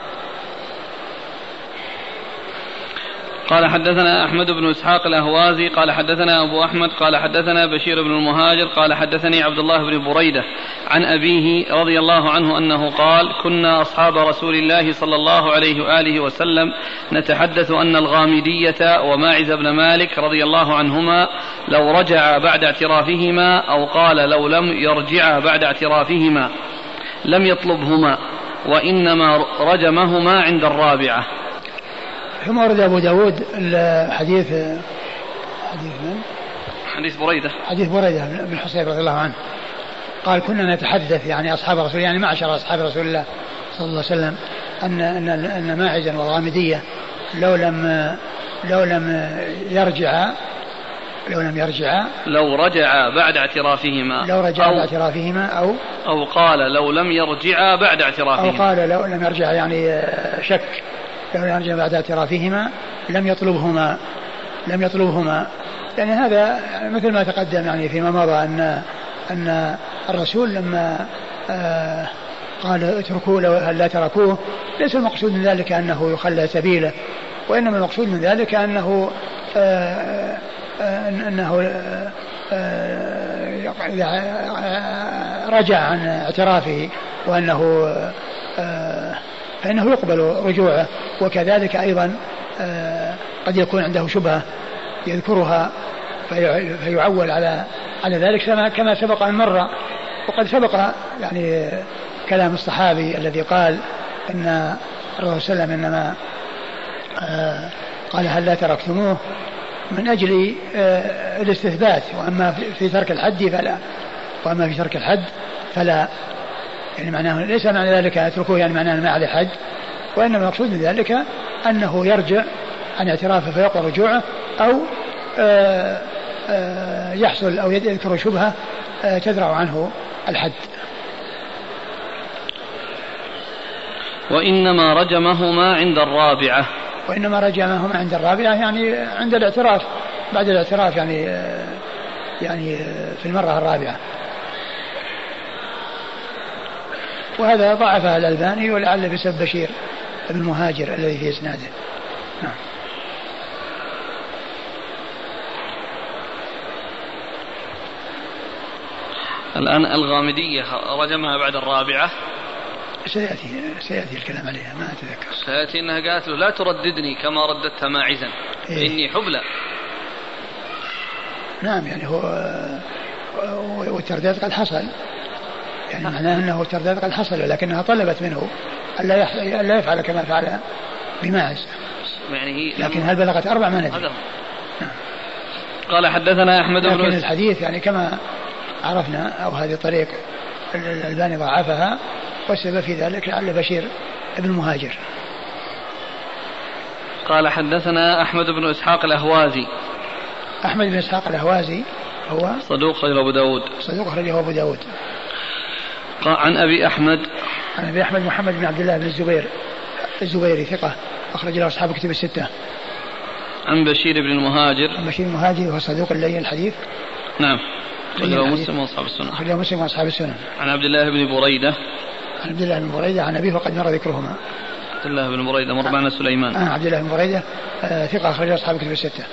[SPEAKER 3] قال حدثنا أحمد بن إسحاق الأهوازي قال حدثنا أبو أحمد قال حدثنا بشير بن المهاجر قال حدثني عبد الله بن بريدة عن أبيه رضي الله عنه أنه قال كنا أصحاب رسول الله صلى الله عليه وآله وسلم نتحدث أن الغامدية وماعز بن مالك رضي الله عنهما لو رجع بعد اعترافهما أو قال لو لم يرجع بعد اعترافهما لم يطلبهما وإنما رجمهما عند الرابعة.
[SPEAKER 2] ثم ورد أبو داود الحديث حديث من؟
[SPEAKER 3] حديث بريدة
[SPEAKER 2] حديث بريدة بن الحصيب رضي الله عنه قال كنا نتحدث يعني أصحاب رسول يعني معشر أصحاب رسول الله صلى الله عليه وسلم أن أن أن ماعزا والغامدية لو لم لو لم يرجع لو لم يرجع
[SPEAKER 3] لو رجع بعد اعترافهما
[SPEAKER 2] لو رجع بعد اعترافهما أو
[SPEAKER 3] أو قال لو لم يرجع بعد اعترافهما
[SPEAKER 2] أو قال لو لم يرجع يعني شك لو لم يرجع بعد اعترافهما لم يطلبهما لم يطلبهما يعني هذا مثل ما تقدم يعني فيما مضى أن أن الرسول لما آه قال اتركوه لو هل لا تركوه ليس المقصود من ذلك أنه يخلى سبيله وإنما المقصود من ذلك أنه آه آه أنه آه رجع عن اعترافه وأنه آه فإنه يقبل رجوعه وكذلك أيضا آه قد يكون عنده شبهة يذكرها فيعول على على ذلك كما سبق أن مر وقد سبق يعني كلام الصحابي الذي قال أن الرسول صلى الله عليه وسلم إنما آه قال هل لا تركتموه من أجل آه الاستثبات وأما في ترك الحد فلا وأما في ترك الحد فلا يعني معناه ليس معنى ذلك اتركوه يعني معناه ما عليه حد وإنما المقصود من ذلك أنه يرجع عن اعترافه فيقوى رجوعه أو آآ آآ يحصل أو يذكر شبهة تدرع عنه الحد.
[SPEAKER 3] وإنما رجمهما عند الرابعة
[SPEAKER 2] وإنما رجمهما عند الرابعة يعني عند الاعتراف بعد الاعتراف يعني يعني في المرة الرابعة. وهذا ضعفه الألباني ولعل بسبب بشير بن المهاجر الذي في إسناده. نعم.
[SPEAKER 3] الآن الغامدية رجمها بعد الرابعة
[SPEAKER 2] سيأتي سيأتي الكلام عليها ما أتذكر
[SPEAKER 3] سيأتي أنها قالت له لا ترددني كما رددتها ماعزا إيه؟ إني حبلى.
[SPEAKER 2] نعم يعني هو والترداد قد حصل يعني معناه أنه الترداد قد حصل لكنها طلبت منه ألا يفعل كما فعل بماعز
[SPEAKER 3] يعني
[SPEAKER 2] لكن هل بلغت أربع ما ندري.
[SPEAKER 3] نعم. قال حدثنا أحمد بن
[SPEAKER 2] لكن الحديث يعني كما عرفنا أو هذه طريق الألباني ضعفها والسبب في ذلك لعل بشير ابن المهاجر.
[SPEAKER 3] قال حدثنا أحمد بن إسحاق الأهوازي.
[SPEAKER 2] أحمد بن إسحاق الأهوازي هو
[SPEAKER 3] صدوق خرجه أبو داود
[SPEAKER 2] صدوق خرجه أبو داود.
[SPEAKER 3] عن أبي أحمد
[SPEAKER 2] عن أبي أحمد محمد بن عبد الله بن الزبير الزبيري ثقة أخرج له أصحاب كتب الستة.
[SPEAKER 3] عن بشير بن المهاجر
[SPEAKER 2] عن بشير المهاجر وهو صدوق اللين الحديث.
[SPEAKER 3] نعم أخرجه مسلم وأصحاب السنن.
[SPEAKER 2] أخرجه مسلم وأصحاب السنن.
[SPEAKER 3] عن عبد الله بن بريدة
[SPEAKER 2] عن عبد الله بن بريدة عن أبيه وقد مر ذكرهما.
[SPEAKER 1] عبد الله بن بريدة مر معنا سليمان.
[SPEAKER 2] آه عبد الله بن بريدة آه ثقة أخرج أصحاب الكتب الستة.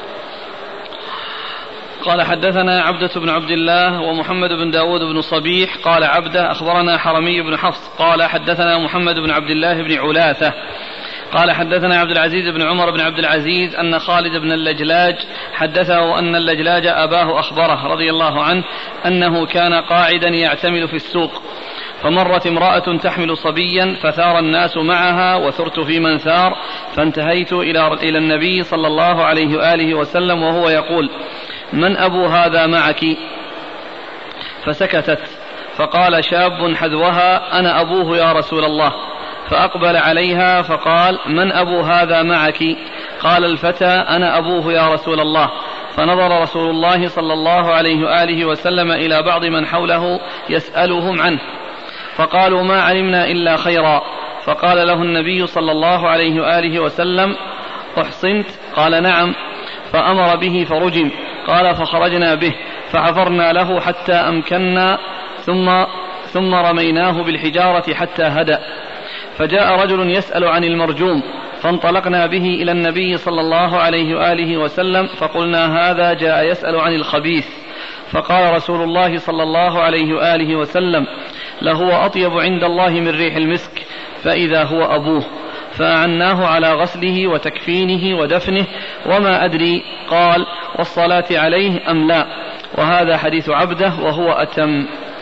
[SPEAKER 1] قال حدثنا عبدة بن عبد الله ومحمد بن داود بن صبيح قال عبدة أخبرنا حرمي بن حفص قال حدثنا محمد بن عبد الله بن علاثة قال حدثنا عبد العزيز بن عمر بن عبد العزيز أن خالد بن اللجلاج حدثه أن اللجلاج أباه أخبره رضي الله عنه أنه كان قاعدا يعتمل في السوق فمرت امرأة تحمل صبيا فثار الناس معها وثرت في من ثار فانتهيت إلى النبي صلى الله عليه وآله وسلم وهو يقول من أبو هذا معك؟ فسكتت فقال شاب حذوها أنا أبوه يا رسول الله. فأقبل عليها فقال من أبو هذا معك؟ قال الفتى أنا أبوه يا رسول الله. فنظر رسول الله صلى الله عليه وآله وسلم إلى بعض من حوله يسألهم عنه فقالوا ما علمنا إلا خيرا. فقال له النبي صلى الله عليه وآله وسلم أحصنت؟ قال نعم. فأمر به فرجم. قال فخرجنا به فحفرنا له حتى أمكنا ثم, ثم رميناه بالحجارة حتى هدأ. فجاء رجل يسأل عن المرجوم فانطلقنا به إلى النبي صلى الله عليه وآله وسلم فقلنا هذا جاء يسأل عن الخبيث. فقال رسول الله صلى الله عليه وآله وسلم لهو أطيب عند الله من ريح المسك فإذا هو أبوه. فأعناه على غسله وتكفينه ودفنه وما أدري قال والصلاة عليه أم لا. وهذا حديث عبده وهو أتم.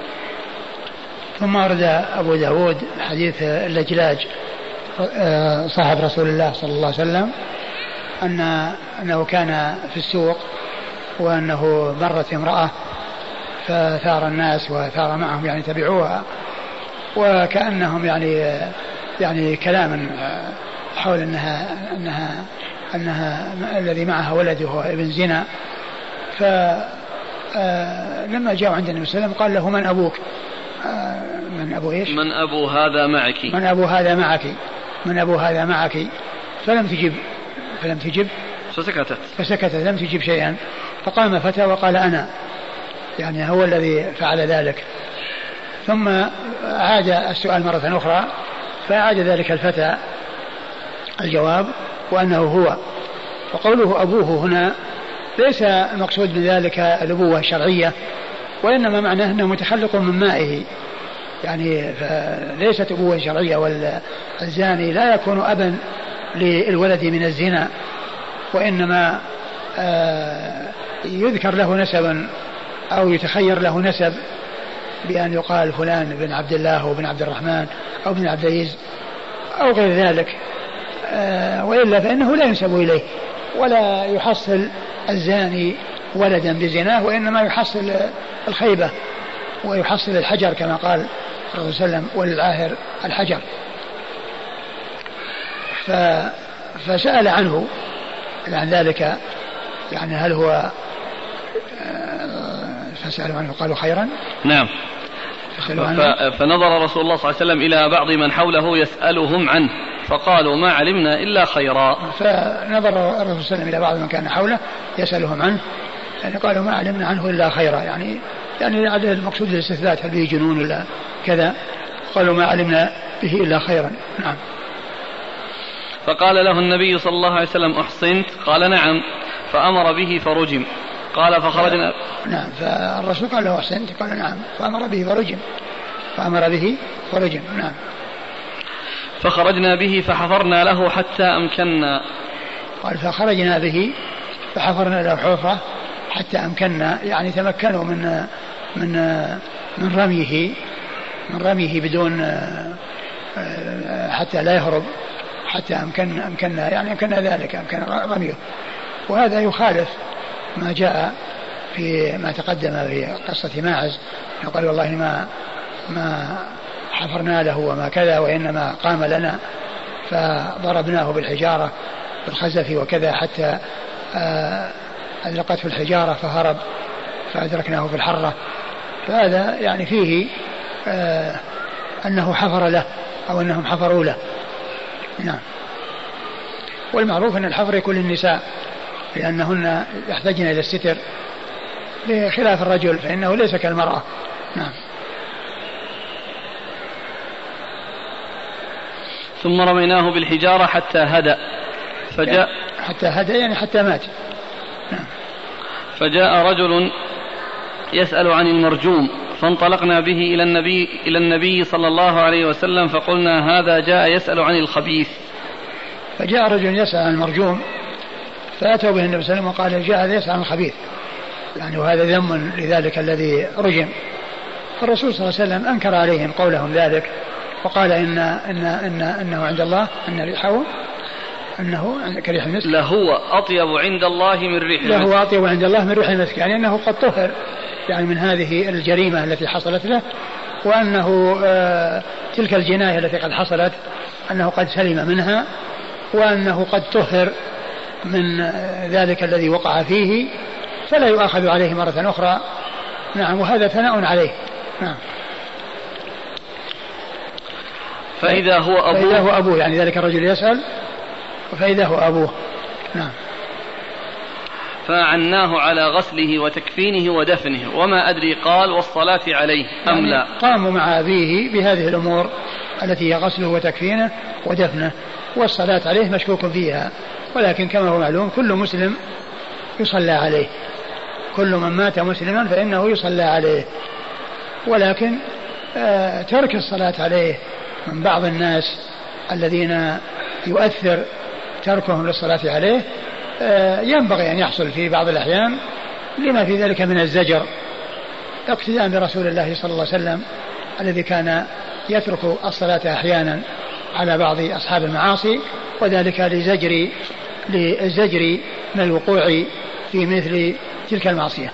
[SPEAKER 2] ثم أرد أبو داود حديث اللجلاج صاحب رسول الله صلى الله عليه وسلم أن أنه كان في السوق وأنه مرت امرأة فثار الناس وثار معهم يعني تبعوها وكأنهم يعني يعني كلاما حول أنها أنها أنها الذي معها ولده هو ابن زنا. فلما جاءوا عند النبي صلى الله عليه وسلم قال له من أبوك؟ من أبو إيش؟
[SPEAKER 1] من أبو هذا معك؟
[SPEAKER 2] من أبو هذا معك؟ من أبو هذا معك؟ فلم تجب فلم تجب
[SPEAKER 1] فسكتت
[SPEAKER 2] فسكتت لم تجب شيئا. فقام فتى وقال أنا، يعني هو الذي فعل ذلك. ثم عاد السؤال مرة أخرى فأعاد ذلك الفتى الجواب وأنه هو. وقوله أبوه هنا ليس المقصود من ذلك الأبوة الشرعية وإنما معناه أنه متخلق من مائه، يعني ليست أبوة شرعية. والزاني لا يكون أبا للولد من الزنا وإنما يذكر له نسبا أو يتخير له نسب بأن يقال فلان بن عبد الله وبن عبد الرحمن أو بن عبد العزيز أو غير ذلك، وإلا فإنه لا ينسب إليه ولا يحصل الزاني ولدا بزناه وإنما يحصل الخيبة ويحصل الحجر كما قال صلى الله عليه وسلم وللعاهر الحجر. فسأل عنه عن ذلك، يعني هل هو فسألوا عنه قالوا خيرا.
[SPEAKER 1] نعم. فنظر رسول الله صلى الله عليه وسلم إلى بعض من حوله يسألهم عنه فقالوا ما علمنا إلا خيرا.
[SPEAKER 2] فنظر الرسول صلى الله عليه وسلم إلى بعض من كان حوله يسألهم عنه، يعني قالوا ما علمنا عنه إلا خيرا، يعني يعني المقصود الاستثبات هل به جنون ولا كذا، قالوا ما علمنا به إلا خيرا. نعم.
[SPEAKER 1] فقال له النبي صلى الله عليه وسلم أحصنت؟ قال نعم. فأمر به فرجم. قال فخرجنا.
[SPEAKER 2] نعم. فالرسول قال له أحسنت؟ قال نعم. فأمر به فرجم. فأمر به فرجم. نعم.
[SPEAKER 1] فخرجنا به فحفرنا له حتى أمكنا.
[SPEAKER 2] قال فخرجنا به فحفرنا له حفرة حتى أمكنا، يعني تمكنوا من من من رميه من رميه بدون حتى لا يهرب، حتى أمكن أمكننا يعني أمكننا ذلك أمكن رميه. وهذا يخالف ما جاء في ما تقدم في قصة ماعز، قال والله ما ما حفرنا له وما كذا وإنما قام لنا فضربناه بالحجارة بالخزف وكذا حتى أدرقته الحجارة فهرب فأدركناه في الحرة. فهذا يعني فيه أنه حفر له أو أنهم حفروا له. نعم. والمعروف أن الحفر يكون للنساء لأنهن يحتاجن إلى الستر بخلاف الرجل فإنه ليس كالمرأة. نعم.
[SPEAKER 3] ثم رميناه بالحجارة حتى هدأ فجاء
[SPEAKER 2] حتى هدأ يعني حتى مات.
[SPEAKER 3] فجاء رجل يسأل عن المرجوم فانطلقنا به إلى النبي, إلى النبي صلى الله عليه وسلم فقلنا هذا جاء يسأل عن الخبيث.
[SPEAKER 2] فجاء رجل يسأل عن المرجوم فأتوا به النبي صلى الله عليه وسلم وقال جاء هذا يسأل عن الخبيث، يعني وهذا ذم لذلك الذي رجم. فالرسول صلى الله عليه وسلم أنكر عليهم قولهم ذلك وقال إن إن إن إنه عند الله أن ريحه أنه كريح المسك
[SPEAKER 3] لهو أطيب عند الله من ريح المسك
[SPEAKER 2] لهو أطيب عند الله من ريح المسك، يعني أنه قد طهر يعني من هذه الجريمة التي حصلت له، وأنه آه تلك الجناية التي قد حصلت أنه قد سلم منها، وأنه قد طهر من آه ذلك الذي وقع فيه فلا يؤاخذ عليه مرة أخرى. نعم، وهذا ثناء عليه. نعم.
[SPEAKER 3] فإذا هو أبوه
[SPEAKER 2] فإذا هو أبوه يعني ذلك الرجل يسأل فإذا هو أبوه. نعم.
[SPEAKER 3] فعناه على غسله وتكفينه ودفنه، وما أدري قال والصلاة عليه أم
[SPEAKER 2] يعني
[SPEAKER 3] لا.
[SPEAKER 2] قاموا مع أبيه بهذه الأمور التي هي غسله وتكفينه ودفنه، والصلاة عليه مشكوك فيها، ولكن كما هو معلوم كل مسلم يصلى عليه، كل من مات مسلما فإنه يصلى عليه، ولكن آه ترك الصلاة عليه من بعض الناس الذين يؤثر تركهم للصلاة عليه آه ينبغي أن يحصل في بعض الأحيان لما في ذلك من الزجر، اقتداء برسول الله صلى الله عليه وسلم الذي كان يترك الصلاة أحيانا على بعض أصحاب المعاصي، وذلك لزجر للزجر من الوقوع في مثل تلك المعصية.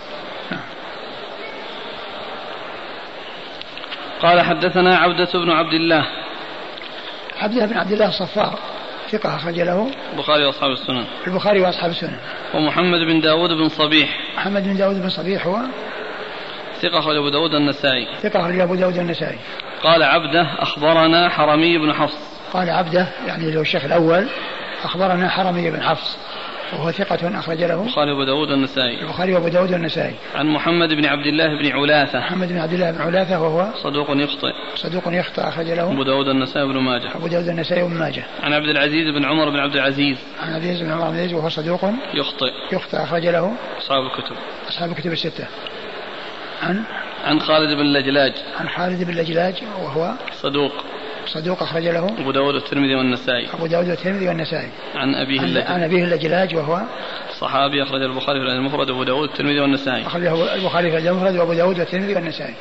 [SPEAKER 3] قال حدثنا عبدة بن عبد الله.
[SPEAKER 2] عبدة بن عبد الله الصفار ثقة أخرج له
[SPEAKER 3] البخاري وأصحاب السنن.
[SPEAKER 2] البخاري وأصحاب السنن.
[SPEAKER 3] ومحمد بن داود بن صبيح.
[SPEAKER 2] محمد بن داود بن صبيح هو
[SPEAKER 3] ثقة أخرج أبو داود النسائي.
[SPEAKER 2] ثقة أخرج أبو داود النسائي.
[SPEAKER 3] قال عبده أخبرنا حرمي بن حفص.
[SPEAKER 2] قال عبده يعني له الشيخ الأول أخبرنا حرمي بن حفص وهو ثقة أخرج له
[SPEAKER 3] البخاري وأبو داود النسائي.
[SPEAKER 2] البخاري وأبو داود النسائي.
[SPEAKER 3] عن محمد بن عبد الله بن علاثة.
[SPEAKER 2] محمد بن عبد الله بن علاثة وهو
[SPEAKER 3] صدوق يخطئ.
[SPEAKER 2] صدوق يخطئ أخرج له
[SPEAKER 3] أبو داود النسائي بن ماجه.
[SPEAKER 2] أبو داود النسائي بن ماجه.
[SPEAKER 3] عن عبد العزيز بن عمر بن عبد العزيز.
[SPEAKER 2] عن عبد العزيز بن عمر بن العزيز وهو صدوق
[SPEAKER 3] يخطئ.
[SPEAKER 2] يخطئ أخرج له
[SPEAKER 3] أصحاب الكتب.
[SPEAKER 2] أصحاب الكتب الستة. عن
[SPEAKER 3] عن خالد بن لجلاج.
[SPEAKER 2] عن خالد بن لجلاج وهو
[SPEAKER 3] صدوق
[SPEAKER 2] صدوق أخرج له
[SPEAKER 3] أبو داود والترمذي والنسائي.
[SPEAKER 2] أبو داود والترمذي والنسائي.
[SPEAKER 3] عن أبيه اللجلاج.
[SPEAKER 2] عن أبيه اللجلاج وهو
[SPEAKER 3] صحابي أخرج البخاري في المفرد وأبو داود والترمذي والنسائي.
[SPEAKER 2] أخرجه البخاري في المفرد وأبو داود والترمذي والنسائي.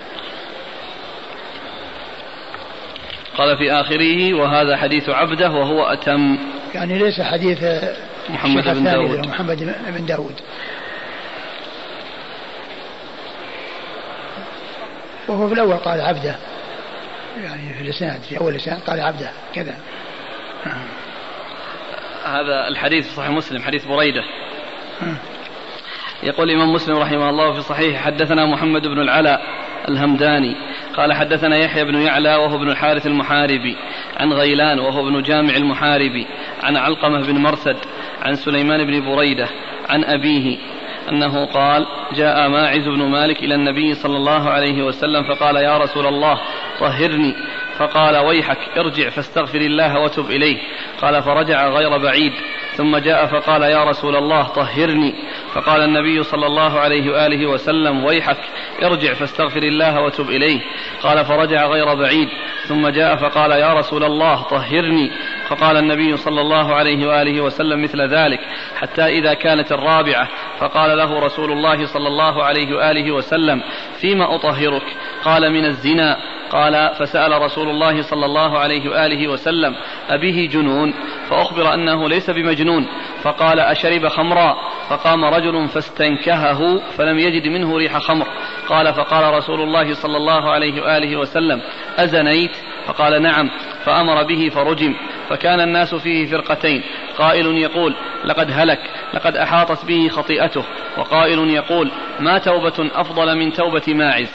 [SPEAKER 3] قال في آخره وهذا حديث عبده وهو أتم،
[SPEAKER 2] يعني ليس حديث
[SPEAKER 3] محمد بن داود.
[SPEAKER 2] محمد بن داود وهو في الأول قال عبده، يعني في الإسناد في أول الإسناد قال عبده كذا.
[SPEAKER 3] هذا الحديث في صحيح مسلم حديث بريدة. يقول الإمام مسلم رحمه الله في صحيح حدثنا محمد بن العلاء الهمداني قال حدثنا يحيى بن يعلى وهو ابن الحارث المحاربي عن غيلان وهو ابن جامع المحاربي عن علقمة بن مرثد عن سليمان بن بريدة عن أبيه أنه قال جاء ماعز بن مالك إلى النبي صلى الله عليه وسلم فقال يا رسول الله طهرني، فقال ويحك ارجع فاستغفر الله وتب إليه، قال فرجع غير بعيد ثم جاء فقال يا رسول الله طهرني، فقال النبي صلى الله عليه وآله وسلم ويحك ارجع فاستغفر الله وتب إليه، قال فرجع غير بعيد ثم جاء فقال يا رسول الله طهرني، فقال النبي صلى الله عليه وآله وسلم مثل ذلك حتى إذا كانت الرابعة فقال له رسول الله صلى الله عليه وآله وسلم فيما أطهرك؟ قال من الزنا. قال فسأل رسول الله صلى الله عليه وآله وسلم أبيه جنون؟ فأخبر أنه ليس بمجنون، فقال أشرب خمرا؟ فقام رجل فاستنكهه فلم يجد منه ريح خمر، قال فقال رسول الله صلى الله عليه وآله وسلم أزنيت؟ فقال نعم، فأمر به فرجم، فكان الناس فيه فرقتين، قائل يقول لقد هلك لقد أحاطت به خطيئته، وقائل يقول ما توبة أفضل من توبة ماعز.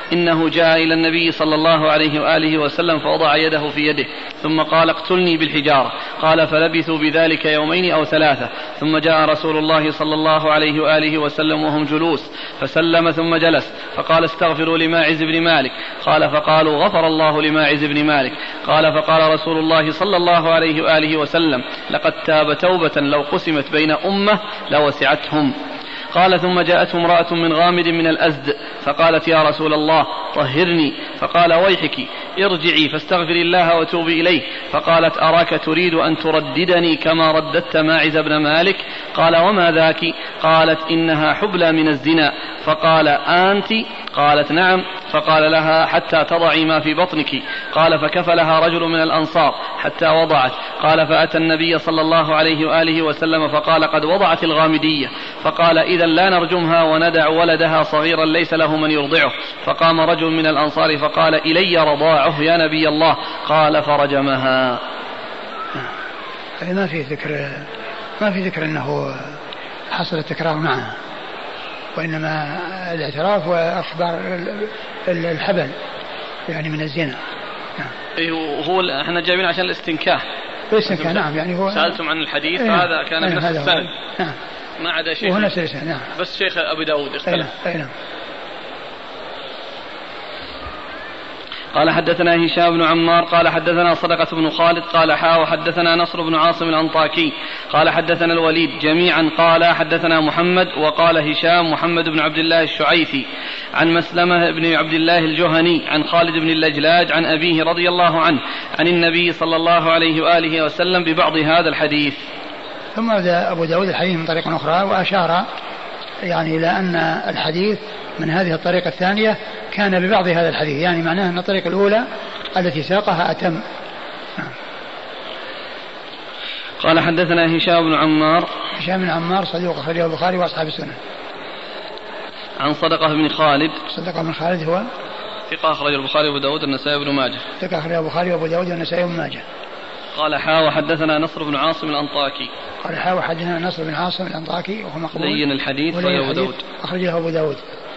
[SPEAKER 1] إنه جاء إلى النبي صلى الله عليه وآله وسلم فوضع يده في يده ثم قال اقتلني بالحجارة. قال فلبثوا بذلك يومين أو ثلاثة ثم جاء رسول الله صلى الله عليه وآله وسلم وهم جلوس فسلم ثم جلس فقال استغفروا لماعز بن مالك. قال فقالوا غفر الله لماعز بن مالك. قال فقال رسول الله صلى الله عليه وآله وسلم لقد تاب توبة لو قسمت بين أمة لوسعتهم. قال ثم جاءته امرأة من غامد من الأزد فقالت يا رسول الله طهرني. فقال ويحك ارجعي فاستغفري الله وتوبي إليه. فقالت أراك تريد أن ترددني كما رددت ماعز بن مالك. قال وما ذاك؟ قالت إنها حبلى من الزنا. فقال أنت؟ قالت نعم. فقال لها حتى تضعي ما في بطنك. قال فكفلها رجل من الأنصار حتى وضعت. قال فأتى النبي صلى الله عليه وآله وسلم فقال قد وضعت الغامدية. فقال إذا لا نرجمها وندع ولدها صغيرا ليس له من يرضعه. فقام رجل من الأنصار فقال إلي رضاعه يا نبي الله. قال فرجمها.
[SPEAKER 2] ما في ذكر ما في ذكر أنه حصل التكرار معها، وإنما الاعتراف وأخبار الحبل يعني من الزنا.
[SPEAKER 1] نعم. هو احنا جايبين عشان الاستنكاه.
[SPEAKER 2] الاستنكاه نعم، يعني هو
[SPEAKER 1] سألتم عن الحديث
[SPEAKER 2] ايه
[SPEAKER 1] هذا كان
[SPEAKER 2] ايه
[SPEAKER 1] نفس السند.
[SPEAKER 2] نعم.
[SPEAKER 1] ما عدا شيخ.
[SPEAKER 2] وهو نفس السند نعم.
[SPEAKER 1] بس شيخ أبو داود اختلف.
[SPEAKER 2] ايه نعم.
[SPEAKER 1] قال حدثنا هشام بن عمار قال حدثنا صدقة بن خالد قال حا وحدثنا نصر بن عاصم الأنطاكي قال حدثنا الوليد جميعا قال حدثنا محمد وقال هشام محمد بن عبد الله الشعيثي عن مسلمة بن عبد الله الجهني عن خالد بن اللجلاج عن أبيه رضي الله عنه عن النبي صلى الله عليه وآله وسلم ببعض هذا الحديث.
[SPEAKER 2] ثم أبدا أبو داود الحديث من طريق أخرى وأشار يعني إلى أن الحديث من هذه الطريقة الثانية كان ببعض هذا الحديث، يعني معناه أن الطريقة الأولى التي ساقها أتم.
[SPEAKER 1] قال حدثنا هشام بن عمار
[SPEAKER 2] هشام بن عمار صدوق أخرجه البخاري وأصحاب السنن.
[SPEAKER 1] عن صدقة بن خالد
[SPEAKER 2] صدقة بن خالد هو
[SPEAKER 1] ثقة أخرج البخاري وأبو داود والنسائي وابن ماجه.
[SPEAKER 2] ثقة أخرج البخاري وأبو داود والنسائي وابن ماجه.
[SPEAKER 1] قال حا وحدثنا نصر بن عاصم الأنطاكي
[SPEAKER 2] قال حا وحدثنا نصر بن عاصم الأنطاكي وهو مقبول
[SPEAKER 1] لين الحديث وأبو داود
[SPEAKER 2] أخرجه أبو داود.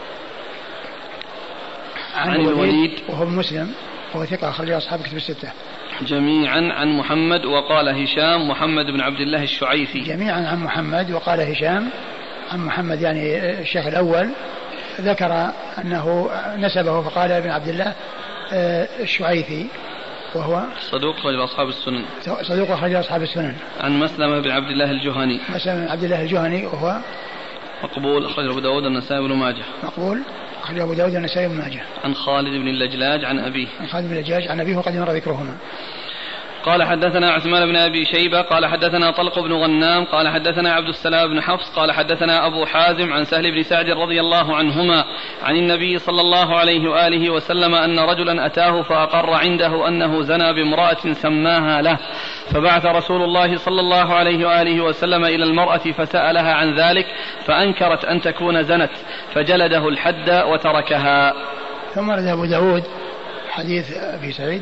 [SPEAKER 2] عن, عن الوليد وهو مسلم وهو ثقة أخرجه أصحاب كتب الستة
[SPEAKER 1] جميعا عن محمد وقال هشام محمد بن عبد الله الشعيثي.
[SPEAKER 2] جميعا عن محمد وقال هشام عن محمد يعني الشيخ الأول ذكر أنه نسبه فقال ابن عبد الله الشعيثي وهو
[SPEAKER 1] صدوق أخرج أصحاب السنن.
[SPEAKER 2] صدوق أخرج أصحاب السنن.
[SPEAKER 1] عن مسلمة بن عبد الله الجهني.
[SPEAKER 2] مسلمة بن عبد الله الجهني وهو
[SPEAKER 1] مقبول أخرج أبو داود والنسائي وابن ماجه.
[SPEAKER 2] مقبول أخرج أبو داود والنسائي وابن ماجه.
[SPEAKER 1] عن خالد بن اللجلاج عن أبيه.
[SPEAKER 2] عن خالد بن اللجلاج عن أبيه وقد مر ذكرهما.
[SPEAKER 1] قال حدثنا عثمان بن أبي شيبة قال حدثنا طلق بن غنام قال حدثنا عبد السلام بن حفص قال حدثنا أبو حازم عن سهل بن سعد رضي الله عنهما عن النبي صلى الله عليه وآله وسلم أن رجلا أتاه فأقر عنده أنه زنى بامرأة سماها له فبعث رسول الله صلى الله عليه وآله وسلم إلى المرأة فسألها عن ذلك فأنكرت أن تكون زنت فجلده الحد وتركها.
[SPEAKER 2] ثم رد أبو داود حديث أبي سعيد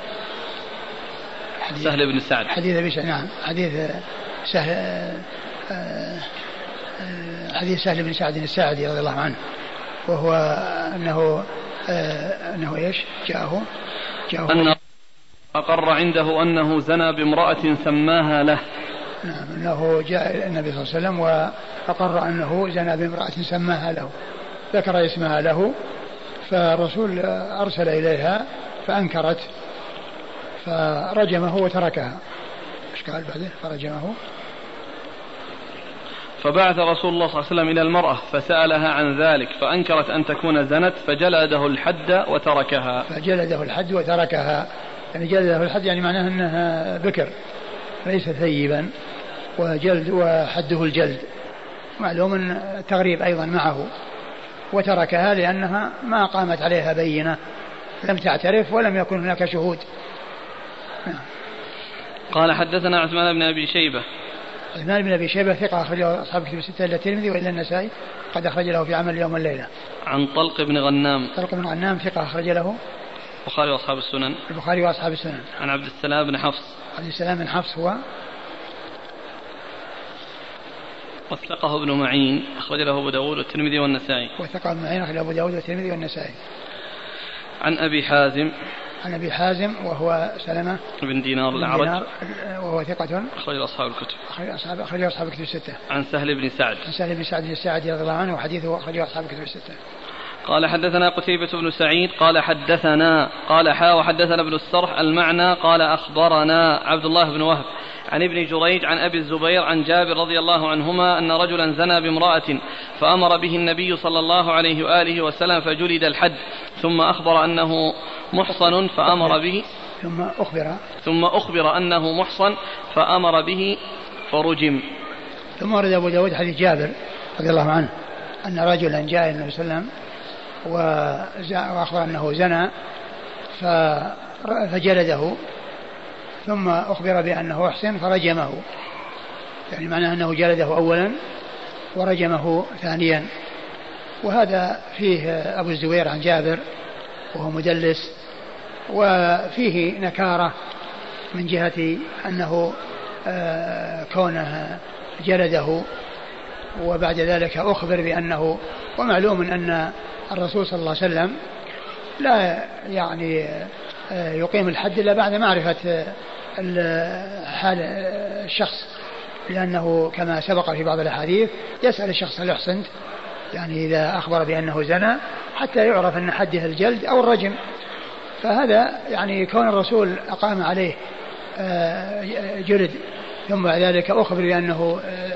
[SPEAKER 1] حديث سهل بن سعد
[SPEAKER 2] حديث أبي سعيد نعم حديث سهل حديث سهل بن سعد الساعدي رضي الله عنه وهو أنه أنه إيش جاءه جاءه
[SPEAKER 1] أن أقر عنده أنه زنى بامرأة سماها له.
[SPEAKER 2] نعم أنه جاء النبي صلى الله عليه وسلم وأقر أنه زنى بامرأة سماها له ذكر اسمها له فالرسول أرسل إليها فأنكرت فرجمه وتركها. ايش قال بعده؟ فرجمه
[SPEAKER 1] فبعث رسول الله صلى الله عليه وسلم إلى المرأة فسألها عن ذلك فأنكرت أن تكون زنت فجلده الحد وتركها.
[SPEAKER 2] فجلده الحد وتركها يعني جلده الحد يعني معناه أنها بكر ليس ثيبا وجلد وحده الجلد معلوم التغريب أيضا معه وتركها لأنها ما قامت عليها بينة لم تعترف ولم يكن هناك شهود.
[SPEAKER 1] قال حدثنا عثمان بن أبي شيبة.
[SPEAKER 2] عثمان بن أبي شيبة ثقة أخرجه أصحاب كتب الستة إلا الترمذي وإلا النسائي قد أخرج له في عمل اليوم والليلة.
[SPEAKER 1] عن طلق بن غنام.
[SPEAKER 2] طلق بن غنام ثقة أخرج له
[SPEAKER 1] البخاري وأصحاب السنن.
[SPEAKER 2] البخاري وأصحاب السنن.
[SPEAKER 1] عن عبد السلام بن حفص.
[SPEAKER 2] عبد السلام بن حفص هو
[SPEAKER 1] وثقه ابن معين أخرج له أبو داود والترمذي والنسائي.
[SPEAKER 2] وثقه ابن معين أخرج له أبو داود والترمذي والنسائي.
[SPEAKER 3] عن أبي حازم
[SPEAKER 2] عن أبي حازم وهو سلمة
[SPEAKER 3] بن دينار الأعرج
[SPEAKER 2] وهو ثقة
[SPEAKER 3] أخرج أصحاب الكتب
[SPEAKER 2] أخرج أصحاب الكتب الستة.
[SPEAKER 3] عن سهل بن سعد
[SPEAKER 2] عن سهل بن سعد الساعدي رضي الله عنه وحديثه أخرج أصحاب الكتب الستة.
[SPEAKER 3] قال حدثنا قتيبة بن سعيد قال حدثنا قال حا وحدثنا ابن السرح المعنى قال أخبرنا عبد الله بن وهب عن ابن جريج عن أبي الزبير عن جابر رضي الله عنهما أن رجلا زنى بامرأة فأمر به النبي صلى الله عليه وآله وسلم فجلد الحد ثم أخبر أنه محصن فأمر به
[SPEAKER 2] ثم أخبر
[SPEAKER 3] ثم أخبر أنه محصن فأمر به فرجم.
[SPEAKER 2] ثم ورد أبو داود حديث جابر رضي الله عنه أن رجلا جاء النبي صلى الله عليه وسلم وأخبر أنه زنى فجلده ثم أخبر بأنه أحسن فرجمه، يعني معناه أنه جلده أولا ورجمه ثانيا. وهذا فيه أبو الزبير عن جابر وهو مدلس، وفيه نكارة من جهة أنه كونه جلده وبعد ذلك أخبر بأنه، ومعلوم أن الرسول صلى الله عليه وسلم لا يعني يقيم الحد إلا بعد معرفة حال الشخص، لأنه كما سبق في بعض الأحاديث يسأل الشخص هل أحسنت، يعني إذا أخبر بأنه زنى حتى يعرف أن حده الجلد أو الرجم. فهذا يعني كون الرسول أقام عليه جلد ثم بعد ذلك أخبر بأنه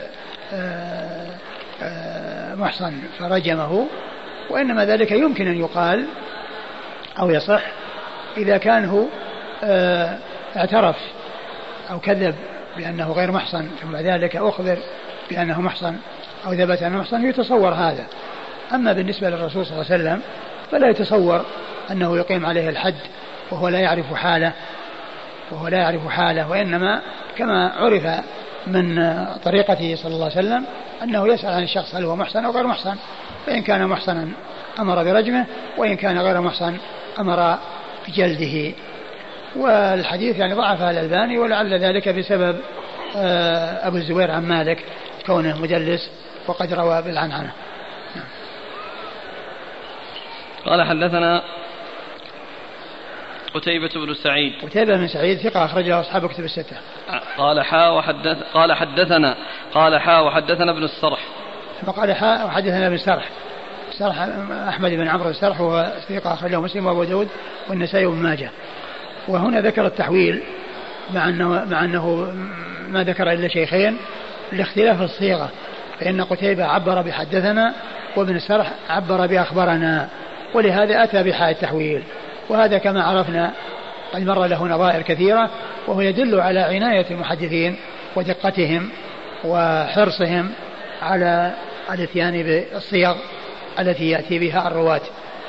[SPEAKER 2] محصن فرجمه، وإنما ذلك يمكن أن يقال أو يصح إذا كان هو اعترف أو كذب بأنه غير محصن ثم بعد ذلك أخبر بأنه محصن أو ثبت أنه محصن يتصور هذا. أما بالنسبة للرسول صلى الله عليه وسلم فلا يتصور أنه يقيم عليه الحد وهو لا يعرف حاله وهو لا يعرف حاله وإنما كما عرف من طريقته صلى الله عليه وسلم أنه يسأل عن الشخص هل هو محصن أو غير محصن، فإن كان محصنا أمر برجمه وإن كان غير محصن أمر بجلده. والحديث يعني ضعفه الألباني ولعل ذلك بسبب أبو الزبير عن مالك كونه مدلس وقد روى بالعنعنة.
[SPEAKER 3] قال حدثنا قتيبة بن سعيد
[SPEAKER 2] قتيبة بن سعيد ثقة أخرجه أصحاب كتب الستة.
[SPEAKER 3] قال حا وحدث قال حدثنا قال حا وحدثنا ابن السرح
[SPEAKER 2] فقال حا وحدثنا ابن السرح السرح أحمد بن عمرو السرح وهو ثقة أخرجه مسلم وأبو داود والنسائي وابن ماجه. وهنا ذكر التحويل مع أنه, مع أنه ما ذكر إلا شيخين لاختلاف الصيغة، فإن قتيبة عبر بحدثنا وابن السرح عبر بأخبرنا، ولهذا أتى بحاء التحويل. وهذا كما عرفنا قد مر له نظائر كثيرة، وهو يدل على عناية المحدثين ودقتهم وحرصهم على الاتيان بالصيغ التي يأتي بها الرواة.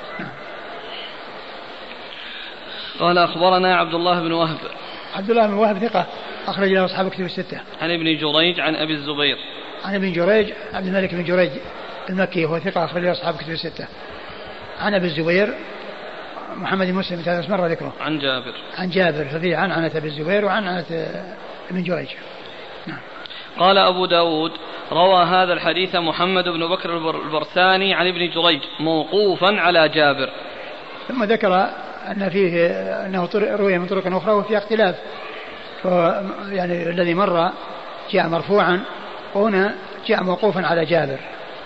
[SPEAKER 3] قال أخبرنا عبد الله بن وهب
[SPEAKER 2] عبد الله بن وهب ثقة أخرج له أصحاب كتب الستة.
[SPEAKER 3] عن ابن جريج عن أبي الزبير
[SPEAKER 2] عن ابن جريج عبد الملك بن جريج المكي وهو ثقة أخرج له أصحاب كتب الستة. عن أبي الزبير محمد مسلم ثلاث مرة ذكره.
[SPEAKER 3] عن جابر
[SPEAKER 2] عن جابر ففي عن عنة أبي الزبير وعن عنة ابن جريج. نعم.
[SPEAKER 3] قال أبو داود روى هذا الحديث محمد بن بكر البرساني عن ابن جريج موقوفا على جابر.
[SPEAKER 2] ثم ذكر أن فيه أنه روي من طرق أخرى وفي اختلاف، يعني الذي مر جاء مرفوعا وهنا جاء موقوفا على جابر.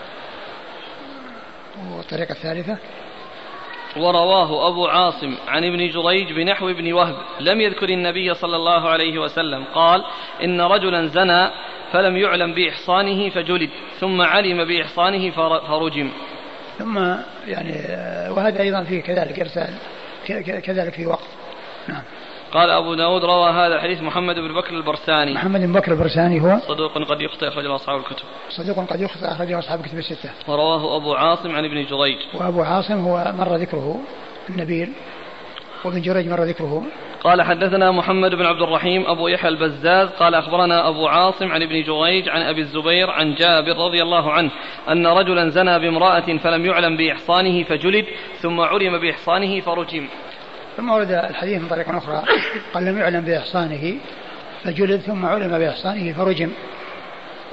[SPEAKER 2] والطريقة الثالثة
[SPEAKER 3] ورواه أبو عاصم عن ابن جريج بنحو ابن وهب لم يذكر النبي صلى الله عليه وسلم قال إن رجلا زنى فلم يعلم بإحصانه فجلد ثم علم بإحصانه فرجم.
[SPEAKER 2] ثم يعني وهذا أيضا فيه كذلك إرسال كذلك في وقت. نعم.
[SPEAKER 3] قال أبو داود روى هذا الحديث محمد بن بكر البرساني
[SPEAKER 2] محمد بن بكر البرساني هو
[SPEAKER 3] صدوق قد يخطئ أخرجه أصحاب الكتب
[SPEAKER 2] صدوق قد يخطئ أخرجه أصحاب الكتب الستة.
[SPEAKER 3] ورواه أبو عاصم عن ابن جريج
[SPEAKER 2] وأبو عاصم هو مر ذكره النبيل وابن جريج مر ذكره.
[SPEAKER 3] قال حدثنا محمد بن عبد الرحيم أبو يحيى البزاز قال أخبرنا أبو عاصم عن ابن جريج عن أبي الزبير عن جابر رضي الله عنه أن رجلا زنى بامرأة فلم يعلم بإحصانه فجلد ثم علم بإحصانه فرجم.
[SPEAKER 2] ثم ورد الحديث من طريق أخرى قال لم يعلم بإحصانه فجلد ثم علم بإحصانه فرجم.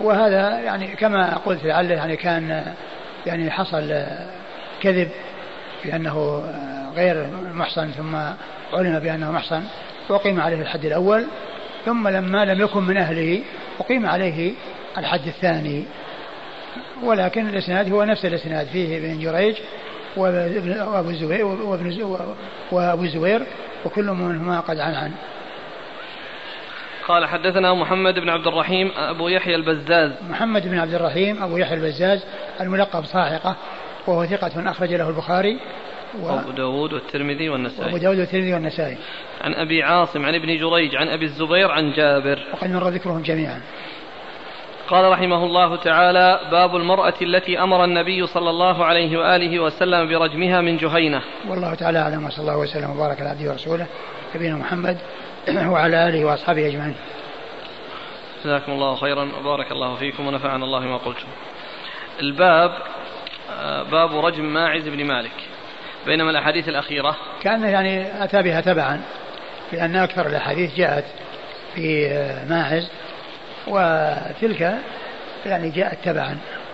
[SPEAKER 2] وهذا يعني كما قلت لعله يعني كان يعني حصل كذب بأنه غير محصن ثم علم بأنه محصن وقيم عليه الحد الأول، ثم لما لم يكن من أهله وقيم عليه الحد الثاني. ولكن الإسناد هو نفس الإسناد، فيه ابن جريج وأبو الزبير وأبو الزبير وكل منهما قد عن عن.
[SPEAKER 3] قال حدثنا محمد بن عبد الرحيم أبو يحيى البزاز.
[SPEAKER 2] محمد بن عبد الرحيم أبو يحيى البزاز الملقب صاعقة، وهو ثقة أخرج له البخاري
[SPEAKER 3] وأبو داود والترمذي والنسائي.
[SPEAKER 2] وأبو داود والترمذي والنسائي.
[SPEAKER 3] عن أبي عاصم عن ابن جريج عن أبي الزبير عن جابر،
[SPEAKER 2] وقد مر ذكرهم جميعا.
[SPEAKER 3] قال رحمه الله تعالى: باب المرأة التي أمر النبي صلى الله عليه وآله وسلم برجمها من جهينة.
[SPEAKER 2] والله تعالى أعلم، وصلى الله وسلم وبارك على عبده ورسوله نبينا محمد وعلى آله وأصحابه أجمعين.
[SPEAKER 3] جزاكم الله خيرا وبارك الله فيكم ونفعنا الله ما قلتم. الباب باب رجم ماعز بن مالك، بينما الأحاديث الأخيرة
[SPEAKER 2] كان يعني أتى بها تبعا، لأن أكثر الأحاديث جاءت في ماعز وتلك يعني جاءت تبعا.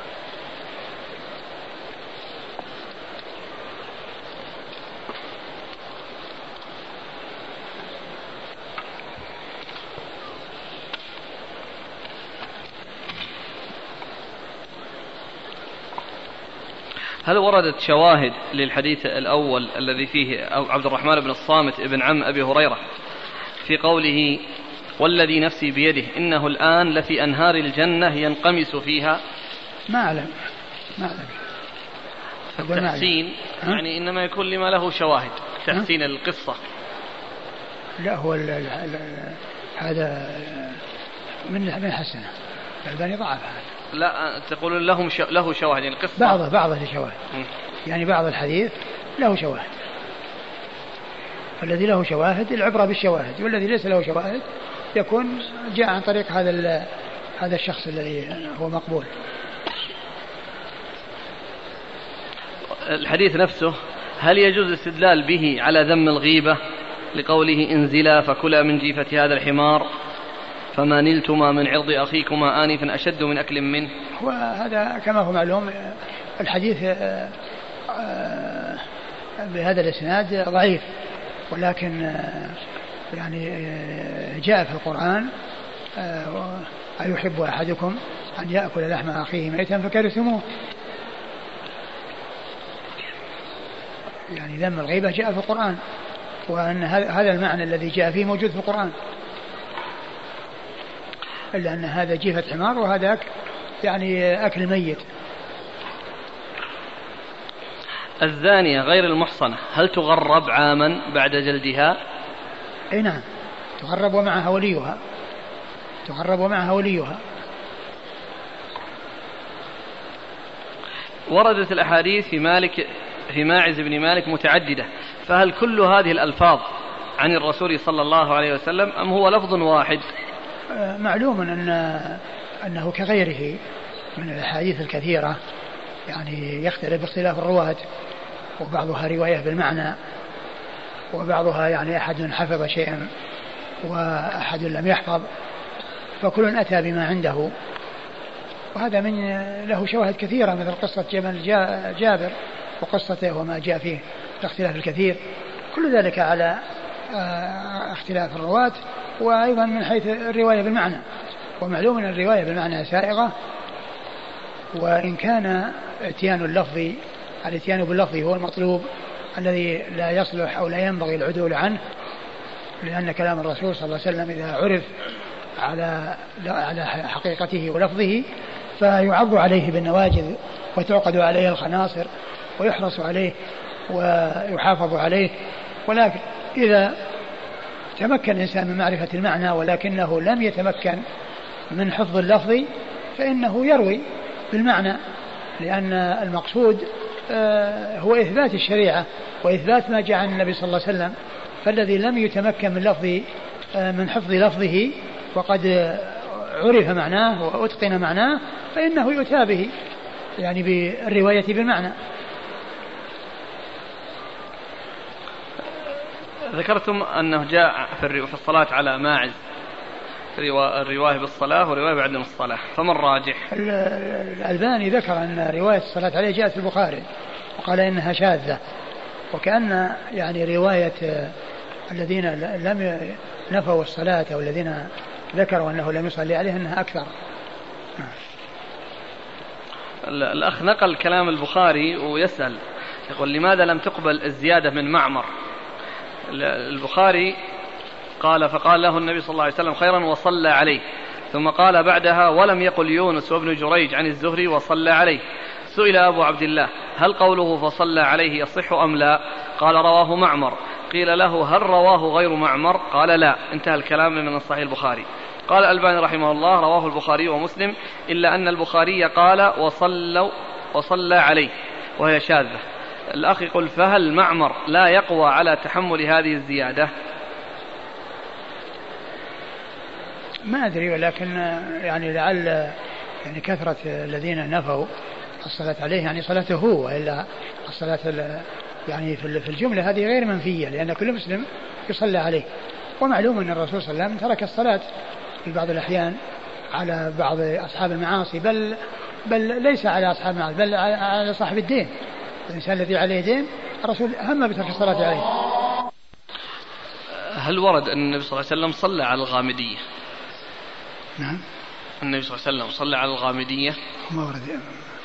[SPEAKER 3] هل وردت شواهد للحديث الأول الذي فيه عبد الرحمن بن الصامت ابن عم أبي هريرة في قوله: والذي نفسي بيده إنه الآن لفي أنهار الجنة ينقمس فيها؟
[SPEAKER 2] ما أعلم ما أعلم.
[SPEAKER 3] التحسين يعني إنما يكون لما له شواهد، تحسين القصة.
[SPEAKER 2] لا هو ال ال ال هذا من من حسنه الألباني ضعف هذا.
[SPEAKER 3] لا تقولون لهم شو له شواهد، يعني القصة
[SPEAKER 2] بعضه بعضه الشواهد، يعني بعض الحديث له شواهد. الذي له شواهد العبرة بالشواهد، والذي ليس له شواهد يكون جاء عن طريق هذا هذا الشخص الذي هو مقبول.
[SPEAKER 3] الحديث نفسه هل يجوز الاستدلال به على ذم الغيبة لقوله: انزلا فكلا من جيفة هذا الحمار فما نلتما من عرض أخيكما آنفا أشد من أكل منه؟
[SPEAKER 2] وهذا كما هو معلوم الحديث بهذا الإسناد ضعيف، ولكن يعني جاء في القرآن: أيحب أحدكم أن يأكل لحم أخيه ميتا فكرهتموه. يعني ذم الغيبة جاء في القرآن، وأن هذا المعنى الذي جاء فيه موجود في القرآن، إلا أن هذا جيفة حمار وهذاك يعني أكل ميت.
[SPEAKER 3] الزانية غير المحصنة هل تغرب عاما بعد جلدها؟
[SPEAKER 2] أي نعم، تغرب ومعها وليها، تغرب ومعها وليها.
[SPEAKER 3] وردت الأحاديث في مالك في ماعز بن مالك متعددة، فهل كل هذه الألفاظ عن الرسول صلى الله عليه وسلم أم هو لفظ واحد؟
[SPEAKER 2] معلوم أن أنه كغيره من الأحاديث الكثيرة، يعني يختلف باختلاف الرواة، وبعضها رواية بالمعنى، وبعضها يعني أحد حفظ شيئا وأحد لم يحفظ، فكل أتى بما عنده. وهذا من له شواهد كثيرة، مثل قصة جبل جابر وقصته وما جاء فيه الاختلاف الكثير، كل ذلك على اختلاف الرواة، وأيضا من حيث الرواية بالمعنى. ومعلوم أن الرواية بالمعنى سائغة، وإن كان اتيان اللفظ الاتيان باللفظ هو المطلوب الذي لا يصلح أو لا ينبغي العدول عنه، لأن كلام الرسول صلى الله عليه وسلم إذا عرف على على حقيقته ولفظه فيعض عليه بالنواجذ وتعقد عليه الخناصر ويحرص عليه ويحافظ عليه. ولكن إذا تمكن الإنسان من معرفة المعنى ولكنه لم يتمكن من حفظ اللفظ فإنه يروي بالمعنى، لأن المقصود هو إثبات الشريعة وإثبات ما جاء عن النبي صلى الله عليه وسلم. فالذي لم يتمكن من لفظ من حفظ لفظه وقد عرف معناه وأتقن معناه فإنه يؤتى به يعني بالرواية بالمعنى.
[SPEAKER 3] ذكرتم أنه جاء في الصلاة على ماعز الرواية بالصلاة ورواية بعدم الصلاة، فما الراجح؟
[SPEAKER 2] الألباني ذكر أن رواية الصلاة عليه جاءت في البخاري وقال إنها شاذة، وكأن يعني رواية الذين لم نفوا الصلاة أو الذين ذكروا أنه لم يصلي عليه أنها أكثر.
[SPEAKER 3] الأخ نقل كلام البخاري ويسأل يقول لماذا لم تقبل الزيادة من معمر؟ البخاري قال فقال له النبي صلى الله عليه وسلم خيرا وصلى عليه، ثم قال بعدها ولم يقل يونس وابن جريج عن الزهري وصلى عليه. سئل أبو عبد الله هل قوله فصلى عليه يصح أم لا؟ قال رواه معمر. قيل له هل رواه غير معمر؟ قال لا. انتهى الكلام من الصحيح البخاري. قال الألباني رحمه الله رواه البخاري ومسلم إلا أن البخاري قال وصلوا وصلى عليه وهي شاذة. الأخ يقول فهل معمر لا يقوى على تحمل هذه الزيادة؟
[SPEAKER 2] ما أدري، ولكن يعني لعل يعني كثرة الذين نفوا الصلاة عليه يعني صلاته هو، وإلا الصلاة يعني في الجملة هذه غير منفية، لأن كل مسلم يصلى عليه. ومعلوم أن الرسول صلى الله عليه وسلم ترك الصلاة في بعض الأحيان على بعض أصحاب المعاصي، بل بل ليس على أصحاب المعاصي بل على صاحب الدين. الإنسان الذي عليه دين الرسول هم بترك الصلاة عليه.
[SPEAKER 3] هل ورد أن النبي صلى الله عليه وسلم صلى على الغامدية؟
[SPEAKER 2] نعم،
[SPEAKER 3] النبي صلى الله عليه وسلم صلى على الغامدية.
[SPEAKER 2] ما ورد،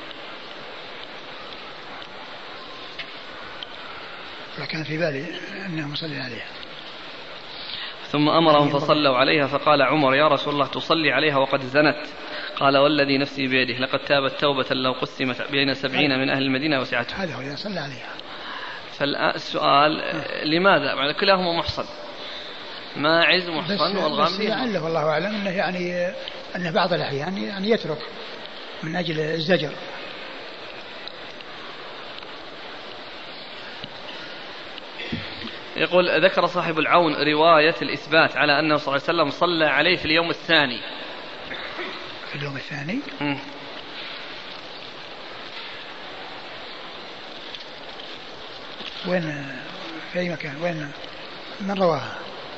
[SPEAKER 2] لكن في بالي أنه مصلي عليها.
[SPEAKER 3] ثم أمرهم فصلوا عليها، فقال عمر يا رسول الله تصلي عليها وقد زنت؟ قال والذي نفسي بيده لقد تابت توبة لو قسمت بين سبعين من أهل المدينة وسعتهم.
[SPEAKER 2] هذا هو صلى عليها.
[SPEAKER 3] فالسؤال لماذا مع كلاهما محصن، ماعز محصن والغامدي؟
[SPEAKER 2] لعله والله أعلم أنه يعني أنه بعض الأحيان يعني يترك من أجل الزجر.
[SPEAKER 3] يقول ذكر صاحب العون رواية الإثبات على أنه صلى الله عليه وسلم صلى عليه في اليوم الثاني.
[SPEAKER 2] في اليوم الثاني؟
[SPEAKER 3] م.
[SPEAKER 2] وين في أي مكان؟ وين من رواها؟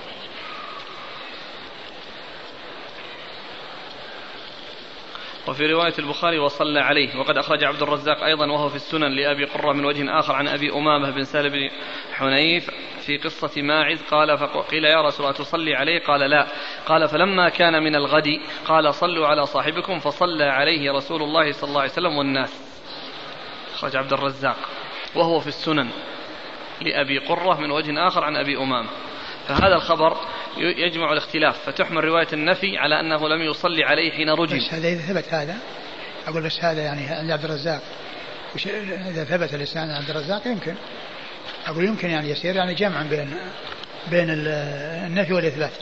[SPEAKER 3] وفي رواية البخاري وصلى عليه. وقد أخرج عبد الرزاق أيضا وهو في السنن لأبي قرة من وجه آخر عن أبي أمامة بن سهل بن حنيف في قصة ماعز قال فقيل يا رسول الله تصلي عليه؟ قال لا. قال فلما كان من الغد قال صلوا على صاحبكم فصلى عليه رسول الله صلى الله عليه وسلم والناس. أخرج عبد الرزاق وهو في السنن لأبي قرة من وجه آخر عن أبي أمامة. فهذا الخبر يجمع الاختلاف، فتحمل رواية النفي على أنه لم يصلي عليه حين رجم.
[SPEAKER 2] بس هذا إذا ثبت، هذا أقول بس هذا يعني عند عبد الرزاق، إذا ثبت الإسناد عند عبد الرزاق يمكن أقول يمكن يعني يصير يعني جمعا بين بين النفي والإثبات.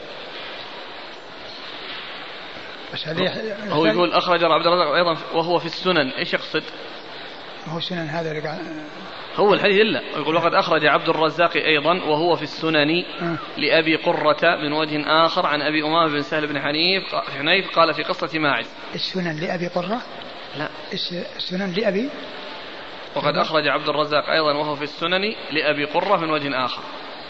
[SPEAKER 2] بس هذا
[SPEAKER 3] هو يقول أخرج عبد الرزاق أيضا وهو في السنن، إيش يقصد؟
[SPEAKER 2] هو السنن هذا اللي
[SPEAKER 3] هو الحديث إلا يقول وقد أخرج عبد الرزاق أيضا وهو في السنن لأبي قرة من وجه آخر عن أبي أمامة بن سهل بن حنيف حنيف قال في قصة ماعز.
[SPEAKER 2] السنن لأبي قرة؟
[SPEAKER 3] لا،
[SPEAKER 2] السنن لأبي.
[SPEAKER 3] وقد أخرج عبد الرزاق أيضا وهو في السنن لأبي قرة من وجه آخر.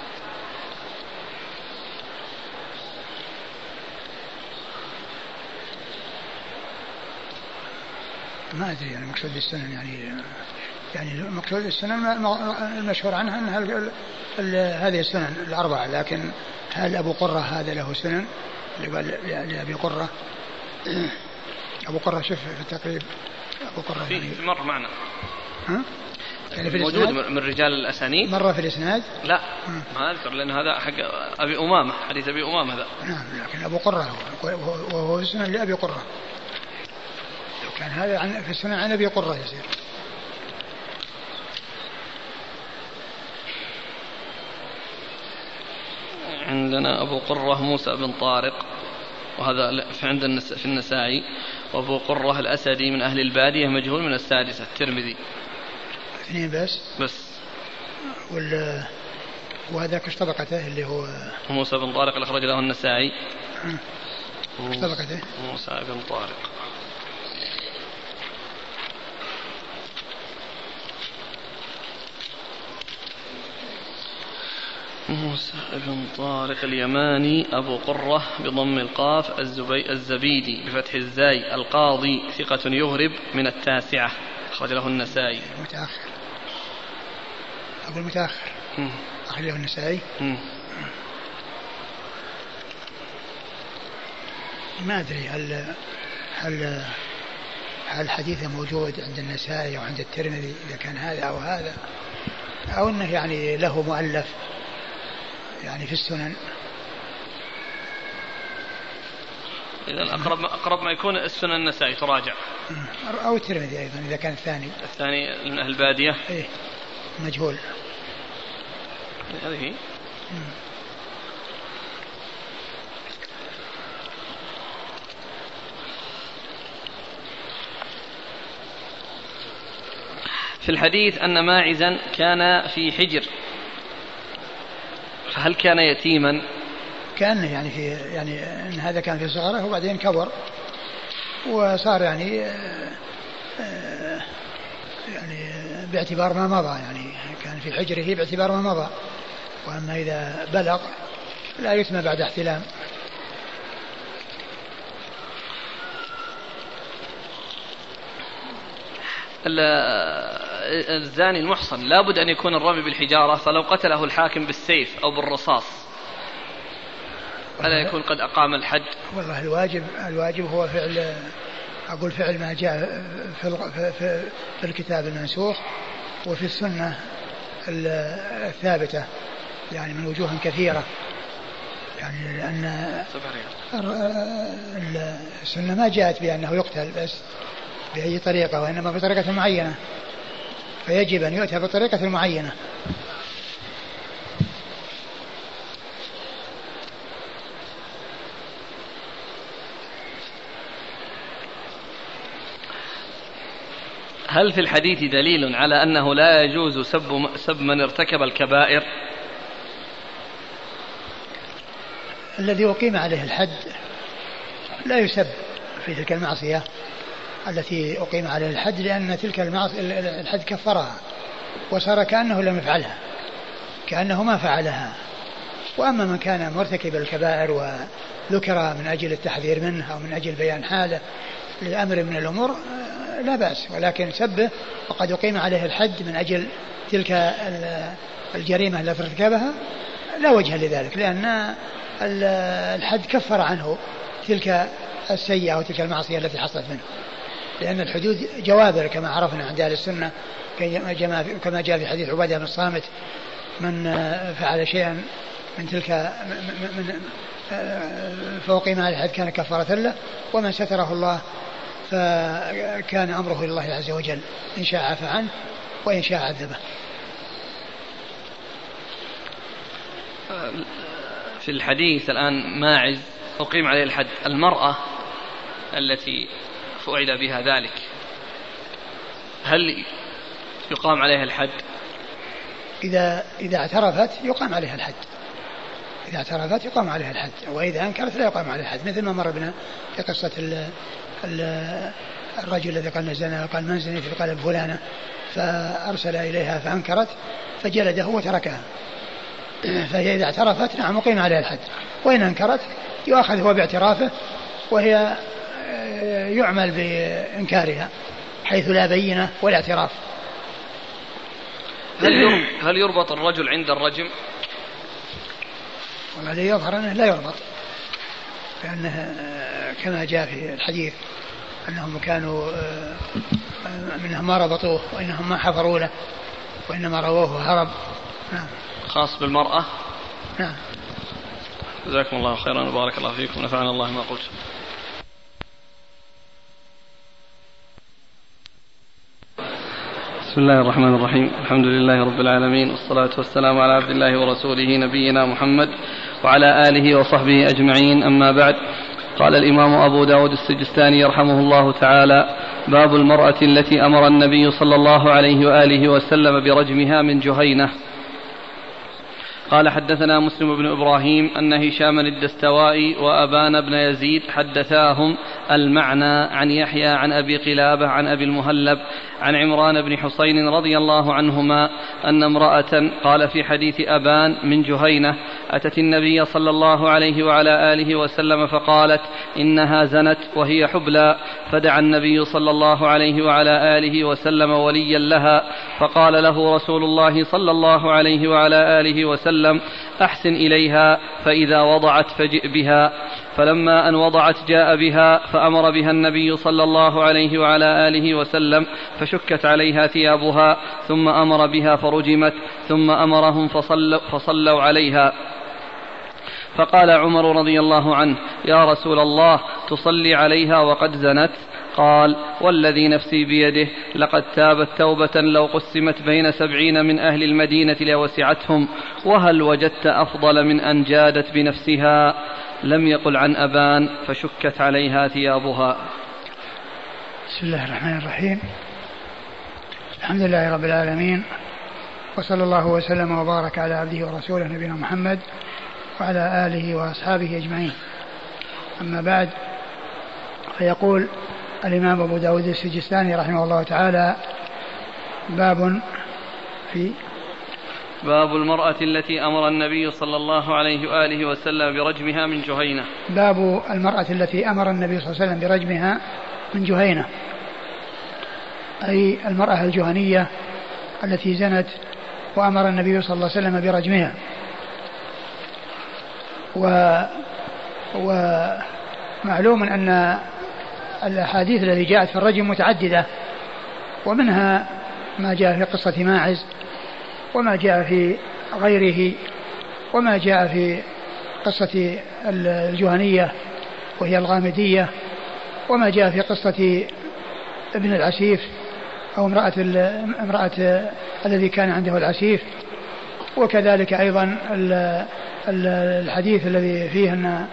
[SPEAKER 2] ما أدري يعني مقصود السنن يعني يعني مقصود السنن المشهور عنها أنها هذه السنن الأربعة، لكن هل أبو قرة هذا له سنن لأبي قرة؟ أبو قرة شوف في التقريب أبو قرة
[SPEAKER 3] في
[SPEAKER 2] يعني
[SPEAKER 3] مر معنا
[SPEAKER 2] ها؟ يعني في
[SPEAKER 3] موجود من رجال الأسانيد
[SPEAKER 2] مرة في الإسناد؟
[SPEAKER 3] لا ما أذكر لأن هذا حق أبي أمامة، حديث أبي أمامة هذا.
[SPEAKER 2] نعم، لكن أبو قرة وهو السنن لأبي قرة، لو كان هذا عن في السنن عن أبي قرة يصير.
[SPEAKER 3] عندنا أبو قرة موسى بن طارق، وهذا في عند في النسائي. وأبو قرة الأسدي من أهل البادية مجهول من السادسة الترمذي.
[SPEAKER 2] اثنين بس
[SPEAKER 3] بس
[SPEAKER 2] وال وهذا كش طبقته اللي هو
[SPEAKER 3] موسى بن طارق اللي أخرج له النسائي.
[SPEAKER 2] كش طبقته
[SPEAKER 3] موسى بن طارق موسى بن طارق اليماني أبو قرة بضم القاف الزبي الزبيدي بفتح الزاي القاضي ثقة يهرب من التاسعة أخرج له النسائي.
[SPEAKER 2] متأخر أقول متأخر. أخرجه النسائي.
[SPEAKER 1] مم.
[SPEAKER 2] ما أدري هل هل هل حديثه موجود عند النسائي أو عند الترمذي إذا كان هذا أو هذا، أو أنه يعني له مؤلف يعني في السنن.
[SPEAKER 1] إذا أقرب أقرب ما يكون السنن النسائي تراجع،
[SPEAKER 2] أو الترمذي أيضا إذا كان الثاني.
[SPEAKER 1] الثاني من أهل البادية.
[SPEAKER 2] إيه مجهول.
[SPEAKER 1] هذه. في الحديث أن ماعزا كان في حجر، فهل كان يتيما؟
[SPEAKER 2] كان يعني في يعني إن هذا كان في صغره وبعدين كبر وصار يعني يعني باعتبار ما مضى، يعني كان في حجره باعتبار ما مضى، وأما إذا بلغ لا يتم بعد احتلام.
[SPEAKER 1] الزاني المحصن لابد أن يكون الرمي بالحجارة، فلو قتله الحاكم بالسيف أو بالرصاص ألا يكون قد أقام الحد؟
[SPEAKER 2] والله الواجب الواجب هو فعل أقول فعل ما جاء في, في, في الكتاب المنسوخ وفي السنة الثابتة يعني من وجوه كثيرة، يعني لأن السنة ما جاءت بأنه يقتل بس بأي طريقة، وإنما بطريقة معينة، فيجب أن يؤتى بطريقة معينة.
[SPEAKER 1] هل في الحديث دليل على أنه لا يجوز سب, سب من ارتكب الكبائر؟
[SPEAKER 2] الذي أقيم عليه الحد لا يسب في تلك المعصية التي أقيم عليه الحد، لأن تلك المعصية الحد كفرها وصار كأنه لم يفعلها، كأنه ما فعلها. وأما من كان مرتكب الكبائر وذكر من أجل التحذير منها أو من أجل بيان حاله لأمر من الأمور لا بأس، ولكن سبه وقد أقيم عليه الحد من أجل تلك الجريمة التي ارتكبها لا وجه لذلك، لأن الحد كفر عنه تلك السيئة وتلك المعصية التي حصلت منه، لأن الحدود جوابر كما عرفنا عند أهل السنة، كما جاء في حديث عبادة بن الصامت: من فعل شيئا من تلك من فأقيم عليه الحد كان كفارة له، ومن ستره الله فكان أمره إلى الله عز وجل، إن شاء عفى عنه وإن شاء عذبه.
[SPEAKER 1] في الحديث الآن ماعز أقيم عليه الحد، المرأة التي فعل بها ذلك هل يقام عليها الحد؟
[SPEAKER 2] إذا إذا اعترفت يقام عليها الحد، إذا اعترفت يقام عليها الحد، وإذا أنكرت لا يقام عليها الحد، مثل ما مر بنا في قصة ال ال الرجل الذي قال نزلنا قال من زنيت فقال فلانة، فأرسل إليها فأنكرت فجلده وتركها. فهي إذا اعترفت نعم مقيم عليها الحد، وإن أنكرت يؤخذ هو باعترافه وهي يعمل بإنكارها حيث لا بينة ولا اعتراف.
[SPEAKER 1] هل يربط الرجل عند الرجم؟
[SPEAKER 2] والذي يظهر أنه لا يربط، لأنه كما جاء في الحديث أنهم كانوا منهم ما ربطوه وإنهم ما حفروا له وإنما رووه وهرب. نعم.
[SPEAKER 1] خاص بالمرأة.
[SPEAKER 2] نعم.
[SPEAKER 1] جزاكم الله خيرا وبارك الله فيكم ونفعنا الله ما قلت. بسم الله الرحمن الرحيم، الحمد لله رب العالمين، والصلاة والسلام على عبد الله ورسوله نبينا محمد وعلى آله وصحبه أجمعين، أما بعد. قال الإمام أبو داود السجستاني يرحمه الله تعالى: باب المرأة التي أمر النبي صلى الله عليه وآله وسلم برجمها من جهينة. قال: حدثنا مسلم بن إبراهيم أن هشام الدستوائي وأبان بن يزيد حدثاهم
[SPEAKER 3] المعنى عن يحيى عن أبي قلابة عن أبي المهلب عن عمران بن حسين رضي الله عنهما أن امرأة قال في حديث أبان من جهينة أتت النبي صلى الله عليه وعلى آله وسلم فقالت إنها زنت وهي حبلى، فدعا النبي صلى الله عليه وعلى آله وسلم وليا لها، فقال له رسول الله صلى الله عليه وعلى آله وسلم أحسن إليها فإذا وضعت فجئ بها. فلما أن وضعت جاء بها فأمر بها النبي صلى الله عليه وعلى آله وسلم فشكت عليها ثيابها، ثم أمر بها فرجمت، ثم أمرهم فصلوا, فصلوا عليها. فقال عمر رضي الله عنه يا رسول الله تصلي عليها وقد زنت؟ قال والذي نفسي بيده لقد تابت توبة لو قسمت بين سبعين من أهل المدينة لوسعتهم، وهل وجدت أفضل من أن جادت بنفسها؟ لم يقل عن أبان فشكت عليها ثيابها.
[SPEAKER 2] بسم الله الرحمن الرحيم، الحمد لله رب العالمين، وصلى الله وسلم وبارك على عبده ورسوله نبينا محمد وعلى آله وأصحابه أجمعين. أما بعد، فيقول الإمام أبو داود السجستاني رحمه الله تعالى: باب في
[SPEAKER 3] باب المرأة التي أمر النبي صلى الله عليه وآله وسلم برجمها من جهينة.
[SPEAKER 2] باب المرأة التي أمر النبي صلى الله عليه وسلم برجمها من جهينة، أي المرأة الجهنية التي زنت وأمر النبي صلى الله عليه وسلم برجمها. و ومعلوم أن الأحاديث التي جاءت في الرجم متعددة، ومنها ما جاء في قصة ماعز، وما جاء في غيره، وما جاء في قصة الجهنية وهي الغامدية، وما جاء في قصة ابن العسيف أو امرأة, امرأة الذي كان عنده العسيف، وكذلك أيضا الحديث الذي فيه أن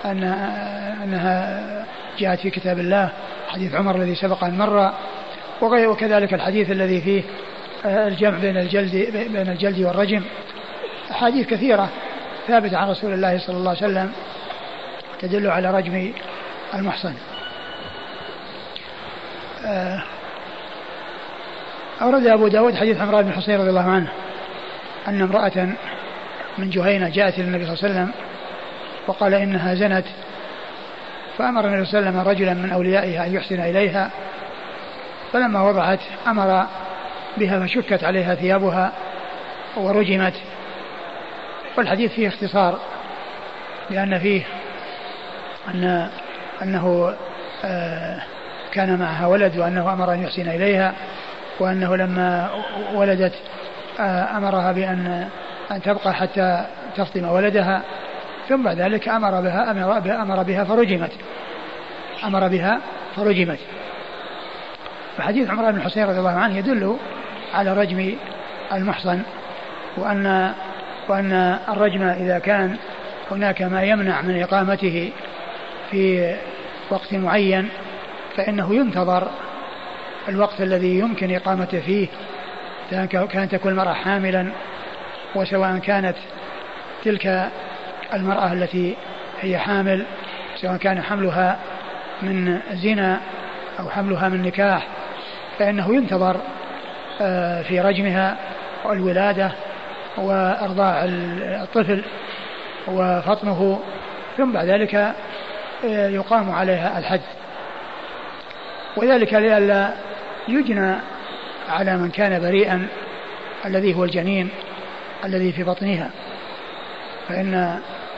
[SPEAKER 2] أنها جاءت في كتاب الله، حديث عمر الذي سبق أن مر، وكذلك الحديث الذي فيه الجمع بين الجلد بين الجلد والرجم. أحاديث كثيرة ثابتة عن رسول الله صلى الله عليه وسلم تدل على رجم المحصن. أورد أبو داود حديث عمران بن حسين رضي الله عنه أن امرأة من جهينة جاءت إلى النبي صلى الله عليه وسلم وقال إنها زنت، فأمر النبي صلى الله عليه وسلم رجلا من أوليائها أن يحسن إليها، فلما وضعت أمر بها فشكت عليها ثيابها ورجمت. والحديث فيه اختصار، لأن فيه أن أنه آه كان معها ولد، وأنه أمر أن يحسن إليها، وأنه لما ولدت آه أمرها بأن أن تبقى حتى تفطم ولدها، ثم بعد ذلك أمر بها أمر بها, أمر بها فرجمت أمر بها فرجمت. فحديث عمران بن حسين رضي الله عنه يدل على رجم المحصن، وأن وأن الرجم إذا كان هناك ما يمنع من إقامته في وقت معين فإنه ينتظر الوقت الذي يمكن إقامته فيه، كانت تكون المرأة حاملا، وسواء كانت تلك المرأة التي هي حامل سواء كان حملها من زنا أو حملها من نكاح، فإنه ينتظر في رجمها والولادة وإرضاع الطفل وفطمه، ثم بعد ذلك يقام عليها الحد، وذلك لئلا يجنى على من كان بريئا الذي هو الجنين الذي في بطنها، فإن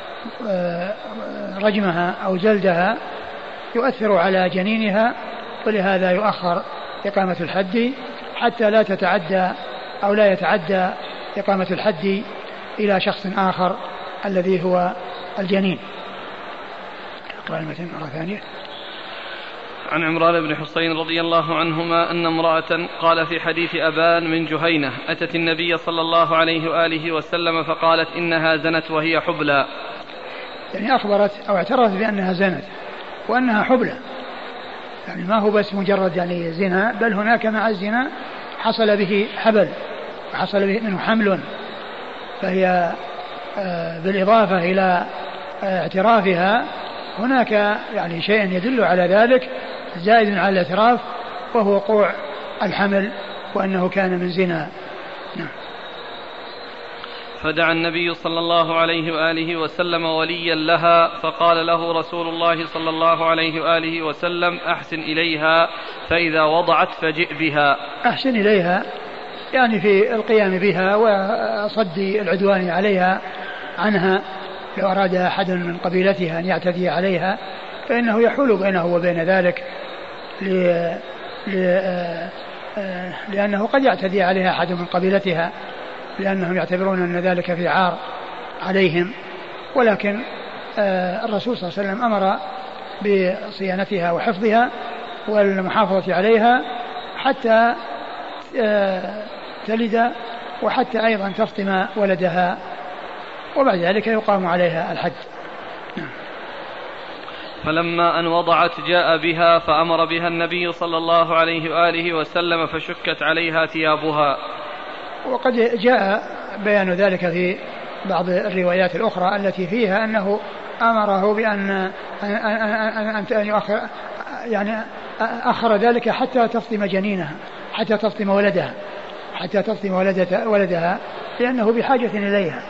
[SPEAKER 2] رجمها أو جلدها يؤثر على جنينها، ولهذا يؤخر إقامة الحد حتى لا تتعدى أو لا يتعدى إقامة الحد إلى شخص آخر الذي هو الجنين. أقرأ المتن مرة ثانية.
[SPEAKER 3] عن عمران بن حسين رضي الله عنهما أن امرأة قال في حديث أبان من جهينة أتت النبي صلى الله عليه وآله وسلم فقالت إنها زنت وهي حبلى،
[SPEAKER 2] يعني أخبرت أو اعترفت بأنها زنت وأنها حبلى، يعني ما هو بس مجرد يعني زنا، بل هناك مع الزنا حصل به حبل وحصل به منه حمل، فهي بالإضافة إلى اعترافها هناك يعني شيء يدل على ذلك زائد على الاعتراف، وهو وقوع الحمل وأنه كان من زنا. نعم.
[SPEAKER 3] فدعا النبي صلى الله عليه وآله وسلم وليا لها، فقال له رسول الله صلى الله عليه وآله وسلم: أحسن إليها، فإذا وضعت فجئ بها.
[SPEAKER 2] أحسن إليها يعني في القيام بها وصد العدوان عليها عنها، لو أراد أحد من قبيلتها أن يعتدي عليها فإنه يحول بينه وبين ذلك، لأنه قد يعتدي عليها أحد من قبيلتها لأنهم يعتبرون أن ذلك في عار عليهم، ولكن الرسول صلى الله عليه وسلم أمر بصيانتها وحفظها والمحافظة عليها حتى تلد وحتى أيضا تفطم ولدها، وبعد ذلك يقام عليها الحد.
[SPEAKER 3] فلما أن وضعت جاء بها فأمر بها النبي صلى الله عليه وآله وسلم فشكت عليها ثيابها.
[SPEAKER 2] وقد جاء بيان ذلك في بعض الروايات الأخرى التي فيها أنه أمره بأن أن أن يؤخر يعني أخر ذلك حتى تفطم جنينها، حتى تفطم ولدها، حتى تفطم ولدها لأنه بحاجة إليها،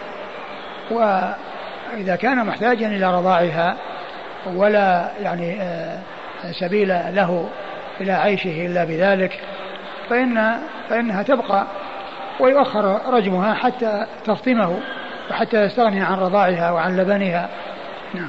[SPEAKER 2] وإذا كان محتاجا إلى رضاعها ولا يعني سبيل له إلى عيشه إلا بذلك فإن فإنها تبقى ويؤخر رجمها حتى تفطمه وحتى يستغني عن رضاعها وعن لبنها. نعم.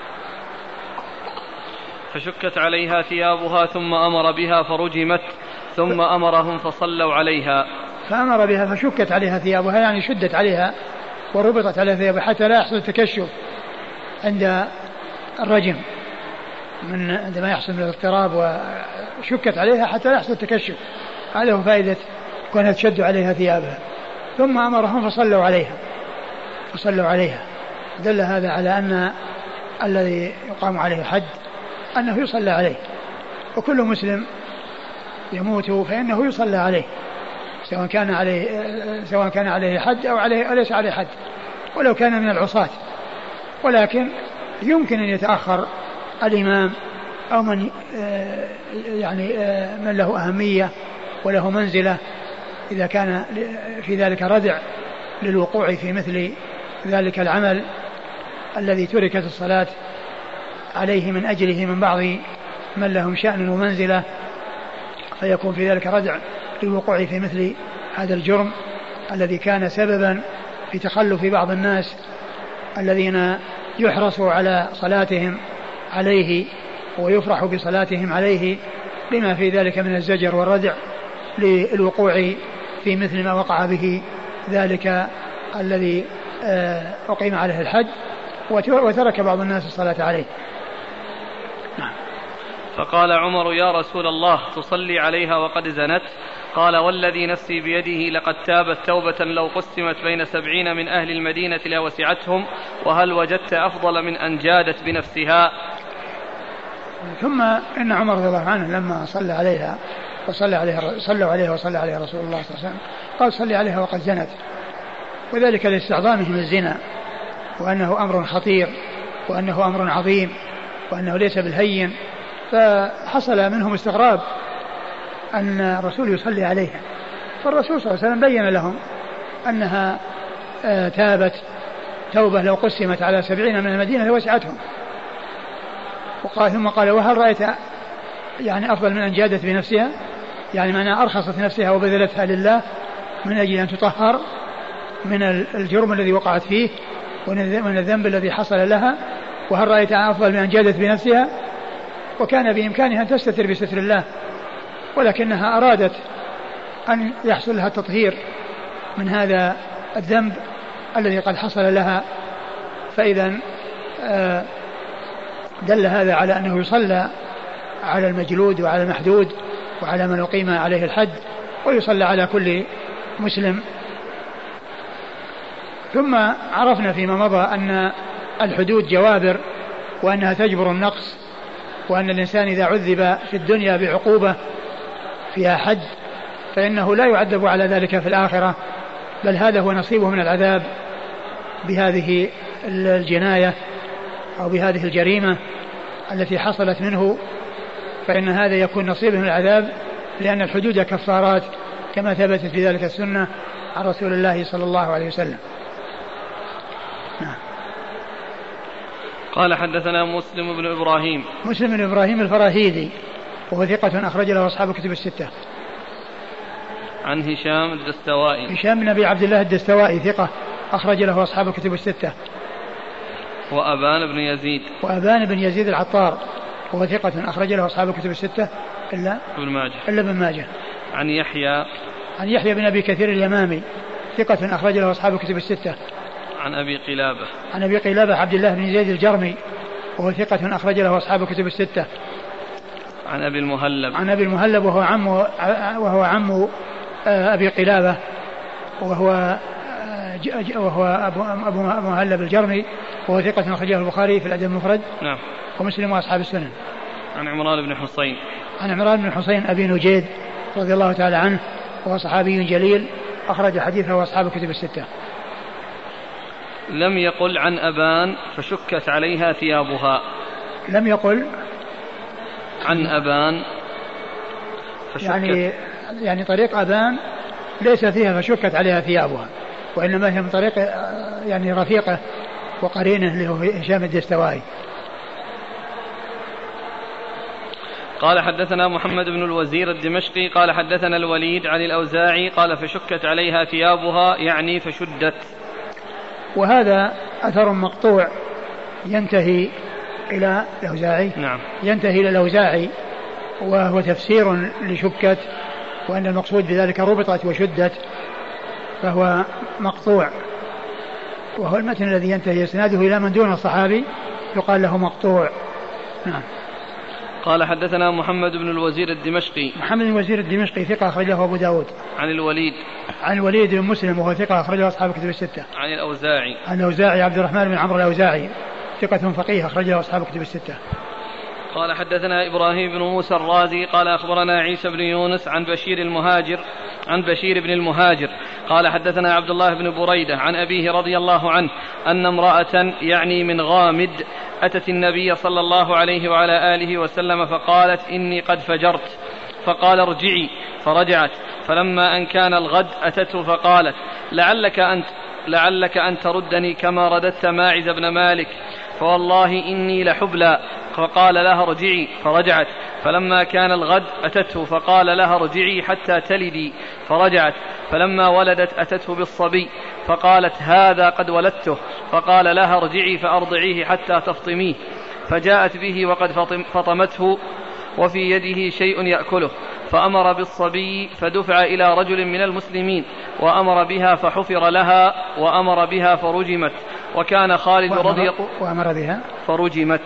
[SPEAKER 3] فشكت عليها ثيابها ثم أمر بها فرجمت ثم أمرهم فصلوا عليها.
[SPEAKER 2] فأمر بها فشكت عليها ثيابها يعني شدت عليها وربطت على ثيابها حتى لا يحصل تكشف عند الرجم، من عندما يحصل من الاضطراب وشكت عليها حتى لا يحصل تكشف، هذا هو فائدة كونها تشد عليها ثيابها. ثم أمرهم فصلوا عليها فصلوا عليها دل هذا على أن الذي يقام عليه الحد أنه يصلى عليه، وكل مسلم يموت فإنه يصلى عليه سواء كان عليه سواء كان عليه حد أو عليه أو ليس عليه حد، ولو كان من العصاة، ولكن يمكن أن يتأخر الإمام أو من يعني من له أهمية وله منزلة إذا كان في ذلك ردع للوقوع في مثل ذلك العمل الذي تركت الصلاة عليه من أجله من بعض من لهم شأن ومنزلة، فيكون في ذلك ردع للوقوع في مثل هذا الجرم الذي كان سببا في تخلف بعض الناس الذين يحرصوا على صلاتهم عليه ويفرح بصلاتهم عليه، لما في ذلك من الزجر والردع للوقوع في مثل ما وقع به ذلك الذي أقيم عليه الحد وترك بعض الناس الصلاة عليه.
[SPEAKER 3] فقال عمر: يا رسول الله تصلي عليها وقد زنت؟ قال: والذي نفسي بيده لقد تابت توبة لو قسمت بين سبعين من أهل المدينة لوسعتهم، وهل وجدت أفضل من أن جادت بنفسها؟
[SPEAKER 2] ثم إن عمر رضي الله عنه لما صلى عليها وصلى عليها صلوا عليها وصلى عليها رسول الله صلى الله عليه وسلم قال: صلي عليها وقد زنت، وذلك لاستعظامهم الزنا وأنه أمر خطير وأنه أمر عظيم وأنه ليس بالهين، فحصل منهم استغراب أن الرسول يصلي عليها، فالرسول صلى الله عليه وسلم بين لهم أنها تابت توبة لو قسمت على سبعين من المدينة لوسعتهم، وقال ثم قال: وهل رأيت يعني أفضل من أن جادت بنفسها؟ يعني معنى أرخصت نفسها وبذلتها لله من أجل أن تطهر من الجرم الذي وقعت فيه ومن الذنب الذي حصل لها. وهل رأيت أفضل من أن جادت بنفسها؟ وكان بإمكانها أن تستتر بستر الله، ولكنها أرادت أن يحصل لها التطهير من هذا الذنب الذي قد حصل لها. فإذا دل هذا على أنه يصلى على المجلود وعلى المحدود وعلى من أقيم عليه الحد، ويصلى على كل مسلم. ثم عرفنا فيما مضى أن الحدود جوابر وأنها تجبر النقص، وأن الإنسان إذا عذب في الدنيا بعقوبة فيها حد فإنه لا يعذب على ذلك في الآخرة، بل هذا هو نصيبه من العذاب، بهذه الجناية أو بهذه الجريمة التي حصلت منه فإن هذا يكون نصيبه من العذاب، لأن الحدود كفارات كما ثبتت في ذلك السنة عن رسول الله صلى الله عليه وسلم. نعم.
[SPEAKER 3] قال حدثنا مسلم بن إبراهيم
[SPEAKER 2] مسلم بن إبراهيم الفراهيدي وهو ثقة أخرج له أصحاب الكتب الستة.
[SPEAKER 3] عن هشام الدستوائي
[SPEAKER 2] هشام بن أبي عبد الله الدستوائي ثقة أخرج له أصحاب الكتب الستة.
[SPEAKER 3] وأبان بن يزيد
[SPEAKER 2] وأبان بن يزيد العطار وهو ثقة أخرج له أصحاب الكتب الستة إلا
[SPEAKER 3] ابن ماجه
[SPEAKER 2] إلا ابن ماجه.
[SPEAKER 3] عن يحيى
[SPEAKER 2] عن يحيى بن أبي كثير اليمامي ثقة أخرج له أصحاب الكتب الستة.
[SPEAKER 3] عن أبي قلابة
[SPEAKER 2] عن أبي قلابة عبد الله بن زيد الجرمي وهو ثقة أخرج له أصحاب الكتب الستة.
[SPEAKER 3] عن أبي المهلب
[SPEAKER 2] عن أبي المهلب وهو عم وهو عم أبي قلابة وهو وهو أبو أبو مهلب الجرمي وهو ثقة أخرجه البخاري في الأدب المفرد.
[SPEAKER 3] نعم.
[SPEAKER 2] ومسلم وأصحاب السنن.
[SPEAKER 3] عن عمران بن حسين
[SPEAKER 2] عن عمران بن حسين أبي نجيد رضي الله تعالى عنه وهو صحابي جليل أخرج حديثه وأصحاب الكتب الستة.
[SPEAKER 3] لم يقل عن أبان فشكت عليها ثيابها.
[SPEAKER 2] لم يقل
[SPEAKER 3] عن أبان فشكت
[SPEAKER 2] يعني يعني طريق أبان ليس فيها فشكت عليها ثيابها، وإنما هي من طريق يعني رفيقه وقرينه اللي هو هشام الدستوائي.
[SPEAKER 3] قال حدثنا محمد بن الوزير الدمشقي قال حدثنا الوليد عن الأوزاعي قال فشكت عليها ثيابها يعني فشدت.
[SPEAKER 2] وهذا أثر مقطوع ينتهي إلى الأوزاعي.
[SPEAKER 3] نعم.
[SPEAKER 2] ينتهي إلى الأوزاعي وهو تفسير لشكت، وأن المقصود بذلك ربطت وشدت، فهو مقطوع، وهو المتن الذي ينتهي إسناده إلى من دون الصحابي يقال له مقطوع. نعم.
[SPEAKER 3] قال حدثنا محمد بن الوزير الدمشقي
[SPEAKER 2] محمد بن الوزير الدمشقي ثقة أخرجه أبو داود.
[SPEAKER 3] عن الوليد
[SPEAKER 2] عن الوليد بن مسلم وهو ثقة أخرجه أصحاب الكتب الستة.
[SPEAKER 3] عن الأوزاعي
[SPEAKER 2] عن الأوزاعي عبد الرحمن بن عمرو الأوزاعي ثقة فقيه أخرجه أصحاب الكتب الستة.
[SPEAKER 3] قال حدثنا إبراهيم بن موسى الرازي قال أخبرنا عيسى بن يونس عن بشير المهاجر عن بشير بن المهاجر قال حدثنا عبد الله بن بريدة عن أبيه رضي الله عنه أن امرأة يعني من غامد أتت النبي صلى الله عليه وعلى آله وسلم فقالت إني قد فجرت، فقال ارجعي، فرجعت، فلما أن كان الغد أتته فقالت لعلك أنت لعلك أن تردني كما رددت ماعز بن مالك، فوالله إني لحبلى، فقال لها ارجعي، فرجعت، فلما كان الغد أتته فقال لها ارجعي حتى تلدي، فرجعت، فلما ولدت أتته بالصبي فقالت هذا قد ولدته، فقال لها ارجعي فأرضعيه حتى تفطميه، فجاءت به وقد فطمته وفي يده شيء يأكله، فأمر بالصبي فدفع إلى رجل من المسلمين وأمر بها فحفر لها وأمر بها فرجمت، وكان خالد رضي
[SPEAKER 2] وأمر بها
[SPEAKER 3] فرجمت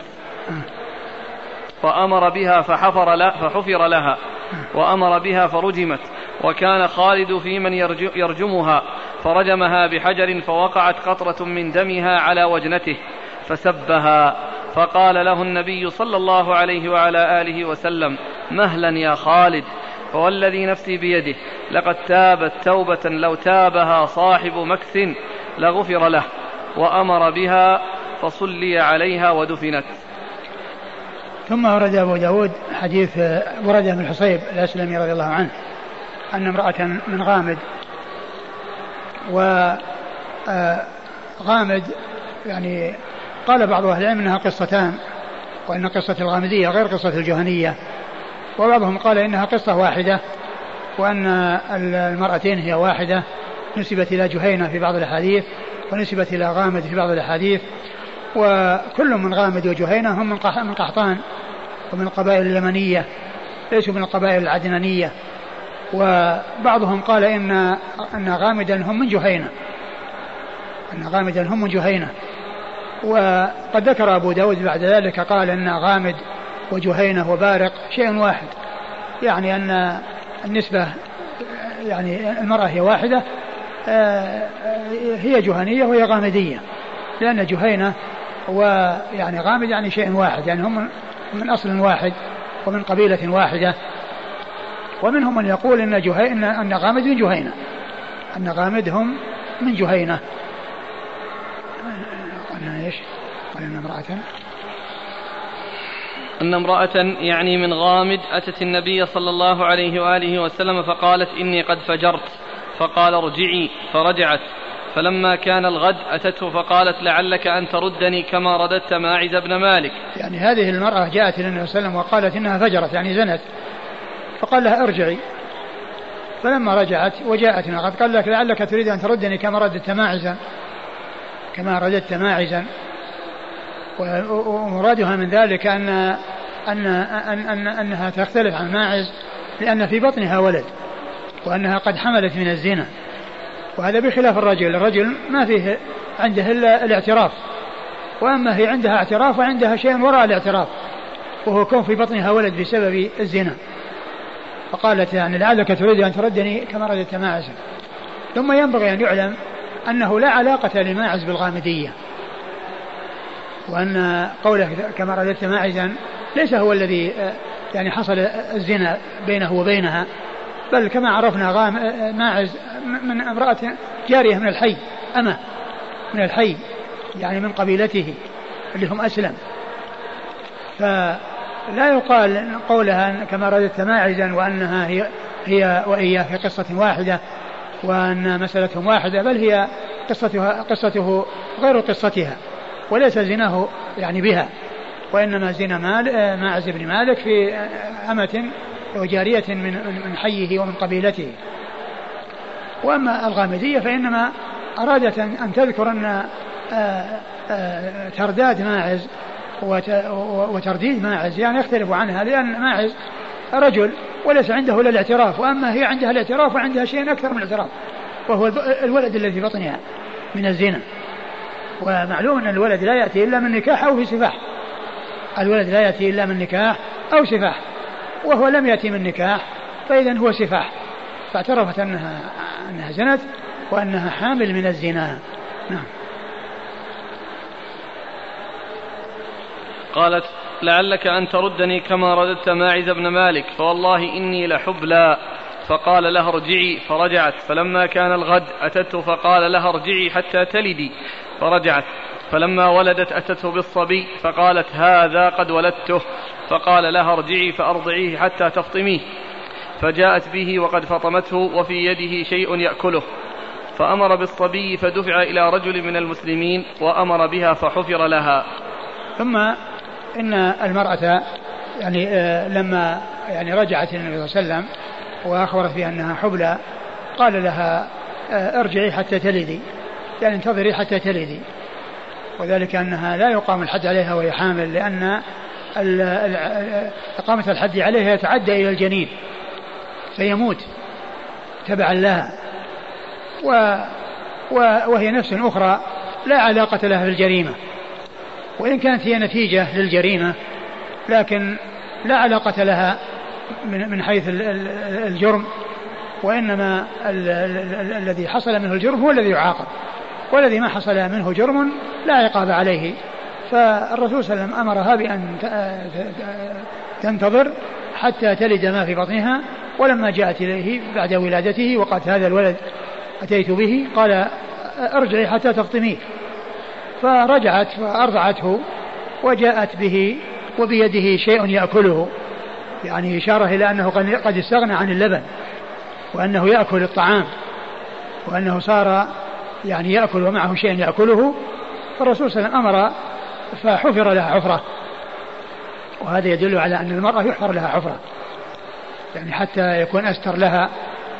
[SPEAKER 3] فأمر بها فحفر لها فحفر لها وأمر بها فرجمت، وكان خالد في من يرجمها فرجمها بحجر فوقعت قطرة من دمها على وجنته فسبها، فقال له النبي صلى الله عليه وعلى آله وسلم مهلا يا خالد، فوالذي نفسي بيده لقد تابت توبة لو تابها صاحب مكث لغفر له، وأمر بها فصلي عليها ودفنت.
[SPEAKER 2] ثم ورد أبو داود حديث ورد من الحصيب الأسلمي رضي الله عنه أن امرأة من غامد، وغامد يعني قال بعض أهل العلم أنها قصتان، وأن قصة الغامدية غير قصة الجهنية، وبعضهم قال إنها قصة واحدة، وأن المرأتين هي واحدة، نسبت إلى جهينة في بعض الأحاديث ونسبت إلى غامد في بعض الأحاديث، وكل من غامد وجهينة هم من قحطان ومن القبائل اليمنية ليسوا من القبائل العدنانية، وبعضهم قال إن أن غامدا هم من جهينة أن غامدا هم من جهينة وقد ذكر أبو داود بعد ذلك قال أن غامد وجهينة وبارق شيء واحد، يعني أن النسبة يعني المرأة هي واحدة، هي جهنية وهي غامدية، لأن جهينة ويعني غامد يعني شيء واحد، يعني هم من أصل واحد ومن قبيلة واحدة. ومنهم من يقول إن جهينة أن غامد من جهينة أن غامد هم من جهينة. قلنا إيش؟ قلنا امرأة
[SPEAKER 3] أن امرأة يعني من غامد أتت النبي صلى الله عليه وآله وسلم فقالت إني قد فجرت، فقال ارجعي، فرجعت. فلما كان الغد أتته فقالت لعلك أن تردني كما رددت ماعز بن مالك.
[SPEAKER 2] يعني هذه المرأة جاءت إلى النبي صلى الله عليه وسلم وقالت إنها فجرت يعني زنت، فقال لها ارجعي. فلما رجعت وجاءت قد قال لك لعلك تريد أن تردني كما رددت ماعزا كما رددت ماعزا. ومرادها من ذلك أن أن أن أن أنها تختلف عن ماعز لأن في بطنها ولد وأنها قد حملت من الزنا، وهذا بخلاف الرجل. الرجل ما فيه عنده إلا الاعتراف، وأما هي عندها اعتراف وعندها شيء وراء الاعتراف وهو كون في بطنها ولد بسبب الزنا. فقالت يعني لعلك تريد أن تردني كما رددت ماعزا. ثم ينبغي أن يعلم أنه لا علاقة لماعز بالغامدية، وأن قوله كما رددت ماعزا ليس هو الذي يعني حصل الزنا بينه وبينها، بل كما عرفنا غام ماعز من امرأة جارية من الحي، أما من الحي يعني من قبيلته اللي هم أسلم. فلا يقال قولها كما رددت ماعزا وأنها هي, هي وإياه في قصة واحدة وأن مسألتهم واحدة، بل هي قصتها قصته غير قصتها، وليس زناه يعني بها، وإنما زنا مال ماعز بن مالك في أمة وجارية من من حيه ومن قبيلته. وأما الغامدية فإنما أرادت أن تذكر أن ترداد ماعز وترديد ماعز يعني يختلف عنها، لأن ماعز رجل وليس عنده إلا الاعتراف، وأما هي عندها الاعتراف وعندها شيء أكثر من الاعتراف وهو الولد الذي في بطنها من الزنا. ومعلوم أن الولد لا يأتي إلا من نكاح أو في سفاح، الولد لا يأتي إلا من نكاح أو سفاح، وهو لم يأتي من نكاح فإذن هو سفاح. فاعترفت أنها, أنها زنت وأنها حامل من الزنا. نعم.
[SPEAKER 3] قالت لعلك أن تردني كما رددت ماعز بن مالك، فوالله إني لحبلى. فقال لها ارجعي، فرجعت. فلما كان الغد أتته فقال لها ارجعي حتى تلدي، فرجعت. فلما ولدت أتته بالصبي فقالت هذا قد ولدته، فقال لها ارجعي فأرضعيه حتى تفطميه. فجاءت به وقد فطمته وفي يده شيء يأكله، فأمر بالصبي فدفع إلى رجل من المسلمين وأمر بها فحفر لها.
[SPEAKER 2] ثم إن المرأة يعني لما يعني رجعت إلى النبي صلى الله عليه وسلم وأخبرت بأنها حبلى قال لها ارجعي حتى تلدي، يعني انتظري حتى تلدي، وذلك أنها لا يقام الحد عليها وهي حامل، لأن إقامة الحد عليها يتعدى إلى الجنين فيموت تبعا لها، وهي نفس أخرى لا علاقة لها بالجريمة، وإن كانت هي نتيجة للجريمة لكن لا علاقة لها من حيث الجرم، وإنما الذي حصل منه الجرم هو الذي يعاقب، والذي ما حصل منه جرم لا عقاب عليه. فالرسول صلى الله عليه وسلم أمرها بأن تنتظر حتى تلد ما في بطنها. ولما جاءت إليه بعد ولادته وقالت هذا الولد أتيت به، قال ارجعي حتى تفطميه. فرجعت فأرضعته وجاءت به وبيده شيء يأكله، يعني إشارة إلى أنه قد استغنى عن اللبن وأنه يأكل الطعام، وأنه صار يعني يأكل ومعه شيء يأكله. فالرسول صلى الله عليه وسلم أمر فحفر لها حفرة، وهذا يدل على أن المرأة يحفر لها حفرة يعني حتى يكون أستر لها.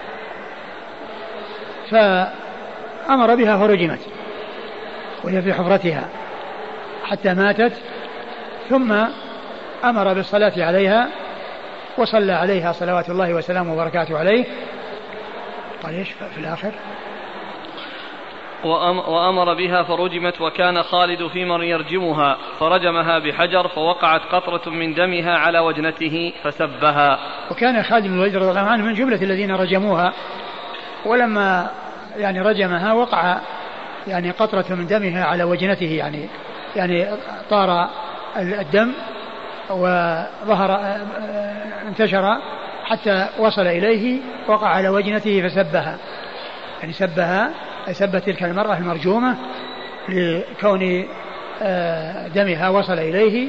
[SPEAKER 2] فأمر بها فرجمت وهي في حفرتها حتى ماتت، ثم أمر بالصلاة عليها وصلى عليها صلوات الله وسلامه وبركاته عليه. قال ايش في الآخر؟
[SPEAKER 3] وأمر بها فرجمت، وكان خالد في من يرجمها فرجمها بحجر فوقعت قطرة من دمها على وجنته فسبها.
[SPEAKER 2] وكان خالد بن الوليد رضي الله عنه من جملة الذين رجموها، ولما يعني رجمها وقع يعني قطرة من دمها على وجنته، يعني يعني طار الدم وظهر انتشر حتى وصل إليه وقع على وجنته فسبها، يعني سبها أي سبت تلك المرأة المرجومة لكون دمها وصل إليه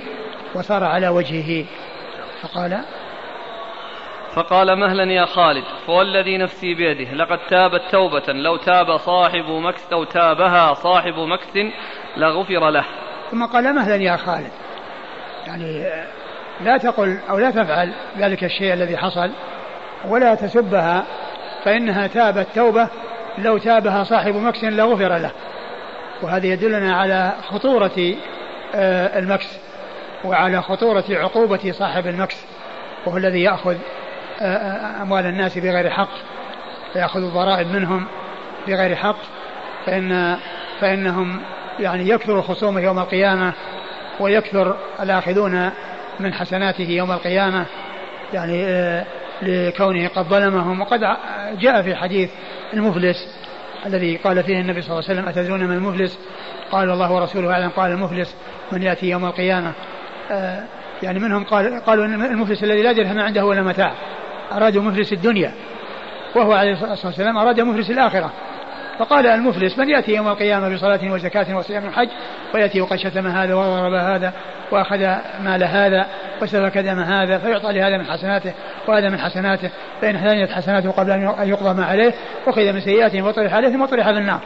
[SPEAKER 2] وصار على وجهه. فقال
[SPEAKER 3] فقال مهلا يا خالد فوالذي نفسي بيده لقد تابت توبة لو تاب صاحب مكث أو تابها صاحب مكث لغفر له.
[SPEAKER 2] ثم قال مهلا يا خالد، يعني لا تقل أو لا تفعل ذلك الشيء الذي حصل ولا تسبها، فإنها تابت توبة لو تابها صاحب مكث لغفر له. وهذا يدلنا على خطورة المكث وعلى خطورة عقوبة صاحب المكث، وهو الذي يأخذ أموال الناس بغير حق، فيأخذ الضرائب منهم بغير حق، فإن فإنهم يعني يكثر خصومه يوم القيامة ويكثر الآخذون من حسناته يوم القيامة، يعني لكونه قد ظلمهم. وقد جاء في حديث المفلس الذي قال فيه النبي صلى الله عليه وسلم أتدرون من المفلس؟ قال الله ورسوله أعلم. قال المفلس من يأتي يوم القيامة، يعني منهم قال قالوا المفلس الذي لا درهم عنده ولا متاع، أرادوا مفلس الدنيا، وهو عليه الصلاة والسلام أراد مفلس الآخرة. فقال المفلس من يأتي يوم القيامة بصلاة وزكاة وصيام وحج ويأتي وقد شتم هذا وضرب هذا وأخذ مال هذا وسفك دم هذا، فيعطى لهذا من حسناته وهذا من حسناته، فإن حسنت حسناته قبل أن يقضى ما عليه وأخذ من سيئاته وطرح عليه ثم طرح في النار.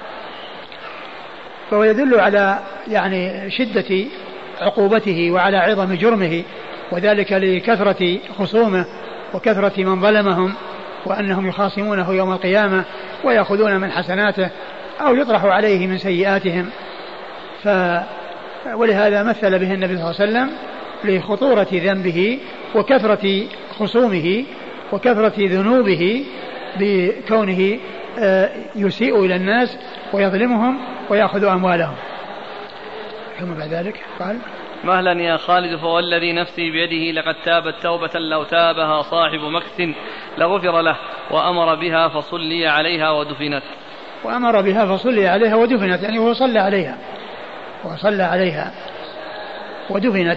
[SPEAKER 2] فهو يدل على يعني شدة عقوبته وعلى عظم جرمه، وذلك لكثرة خصومه وكثرة من ظلمهم، وأنهم يخاصمونه يوم القيامة ويأخذون من حسناته أو يطرح عليه من سيئاتهم. ف ولهذا مثل به النبي صلى الله عليه وسلم لخطورة ذنبه وكثرة خصومه وكثرة ذنوبه بكونه يسيء إلى الناس ويظلمهم ويأخذ أموالهم. ثم بعد ذلك قال
[SPEAKER 3] مهلا يا خالد فوالذي نفسي بيده لقد تابت توبة لو تابها صاحب مكث لغفر له وأمر بها فصلي عليها ودفنت.
[SPEAKER 2] وأمر بها فصلي عليها ودفنت، يعني هو صلى عليها وصلى عليها ودفنت.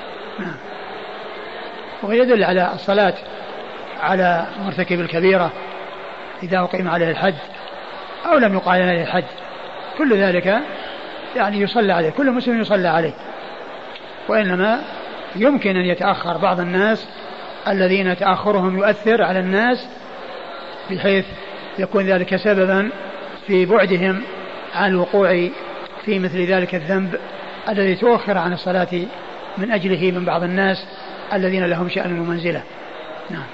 [SPEAKER 2] ويدل على الصلاة على مرتكب الكبيرة إذا أقيم عليه الحد أو لم يقال عليه الحد، كل ذلك يعني يصلى عليه، كل مسلم يصلى عليه. وإنما يمكن أن يتأخر بعض الناس الذين تأخرهم يؤثر على الناس بحيث يكون ذلك سببا في بعدهم عن الوقوع في مثل ذلك الذنب الذي تؤخر عن الصلاة من أجله من بعض الناس الذين لهم شأن ومنزلة. نعم.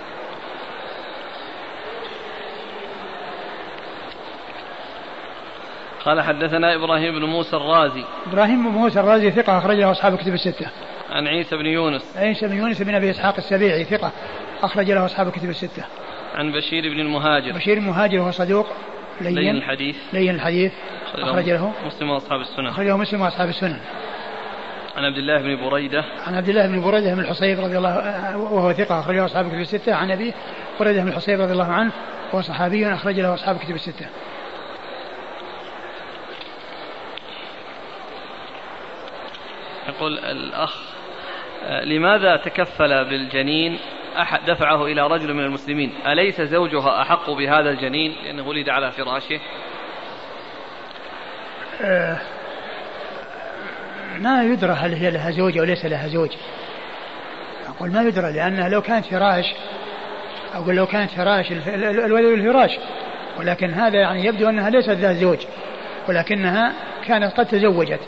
[SPEAKER 3] قال حدثنا إبراهيم بن موسى الرازي.
[SPEAKER 2] إبراهيم بن موسى الرازي ثقة أخرج له أصحاب الكتب الستة.
[SPEAKER 3] عن عيسى بن يونس.
[SPEAKER 2] عيسى بن يونس بن أبي إسحاق السبيعي ثقة أخرج له أصحاب الكتب الستة.
[SPEAKER 3] عن بشير بن المهاجر.
[SPEAKER 2] بشير المهاجر وهو صدوق لين,
[SPEAKER 3] لين الحديث.
[SPEAKER 2] لين الحديث أخرج له
[SPEAKER 3] مسلم وأصحاب السنن.
[SPEAKER 2] أخرجه مسلم وأصحاب السنن.
[SPEAKER 3] عن عبد الله بن بريدة.
[SPEAKER 2] عن عبد الله بن بريدة بن الحصيب رضي الله وهو ثقة أخرج له أصحاب الكتب الستة. عن أبي بريدة بن الحصيب رضي الله عنه وهو صحابي أخرج له أصحاب الكتب الستة.
[SPEAKER 3] يقول الأخ لماذا تكفل بالجنين أحد دفعه إلى رجل من المسلمين؟ أليس زوجها أحق بهذا الجنين لأنه ولد على فراشه؟
[SPEAKER 2] أه ما يدرى هل هي لها زوج أو ليس لها زوج. أقول ما يدرى، لأنها لو كانت فراش أقول لو كانت فراش الولد الفراش، ولكن هذا يعني يبدو أنها ليست ذات زوج ولكنها كانت قد تزوجت،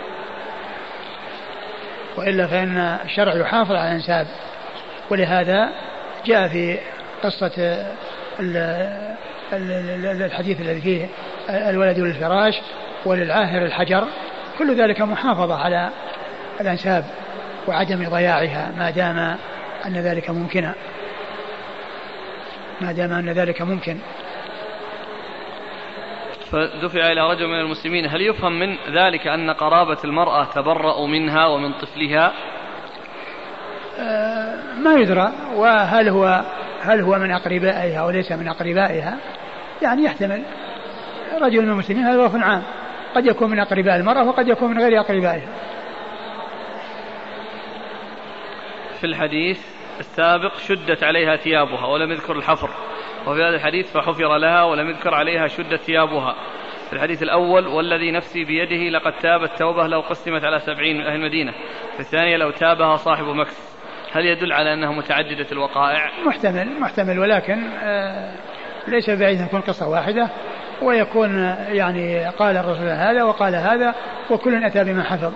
[SPEAKER 2] وإلا فإن الشرع يحافظ على الأنساب. ولهذا جاء في قصة الحديث الذي فيه الولد للفراش وللعاهر الحجر، كل ذلك محافظة على الأنساب وعدم ضياعها ما دام أن ذلك ممكنا ما دام أن ذلك ممكن.
[SPEAKER 3] فدفع إلى رجل من المسلمين، هل يفهم من ذلك أن قرابة المرأة تبرأ منها ومن طفلها؟
[SPEAKER 2] آه ما يدرى، وهل هو هل هو من أقربائها وليس من أقربائها، يعني يحتمل. رجل من المسلمين هذا وصف عام، قد يكون من أقرباء المرأة وقد يكون من غير أقربائها.
[SPEAKER 3] في الحديث السابق شدت عليها ثيابها ولم يذكر الحفر، وفي هذا الحديث فحفر لها ولم يذكر عليها شدت ثيابها، في الحديث الأول والذي نفسي بيده لقد تاب التوبة لو قسمت على سبعين من أهل المدينة، في الثانية لو تابها صاحب مكس، هل يدل على أنها متعددة الوقائع؟
[SPEAKER 2] محتمل محتمل ولكن آه ليس بعيد أن تكون قصة واحدة ويكون يعني قال الرسول هذا وقال هذا وكل أتى بما حفظ.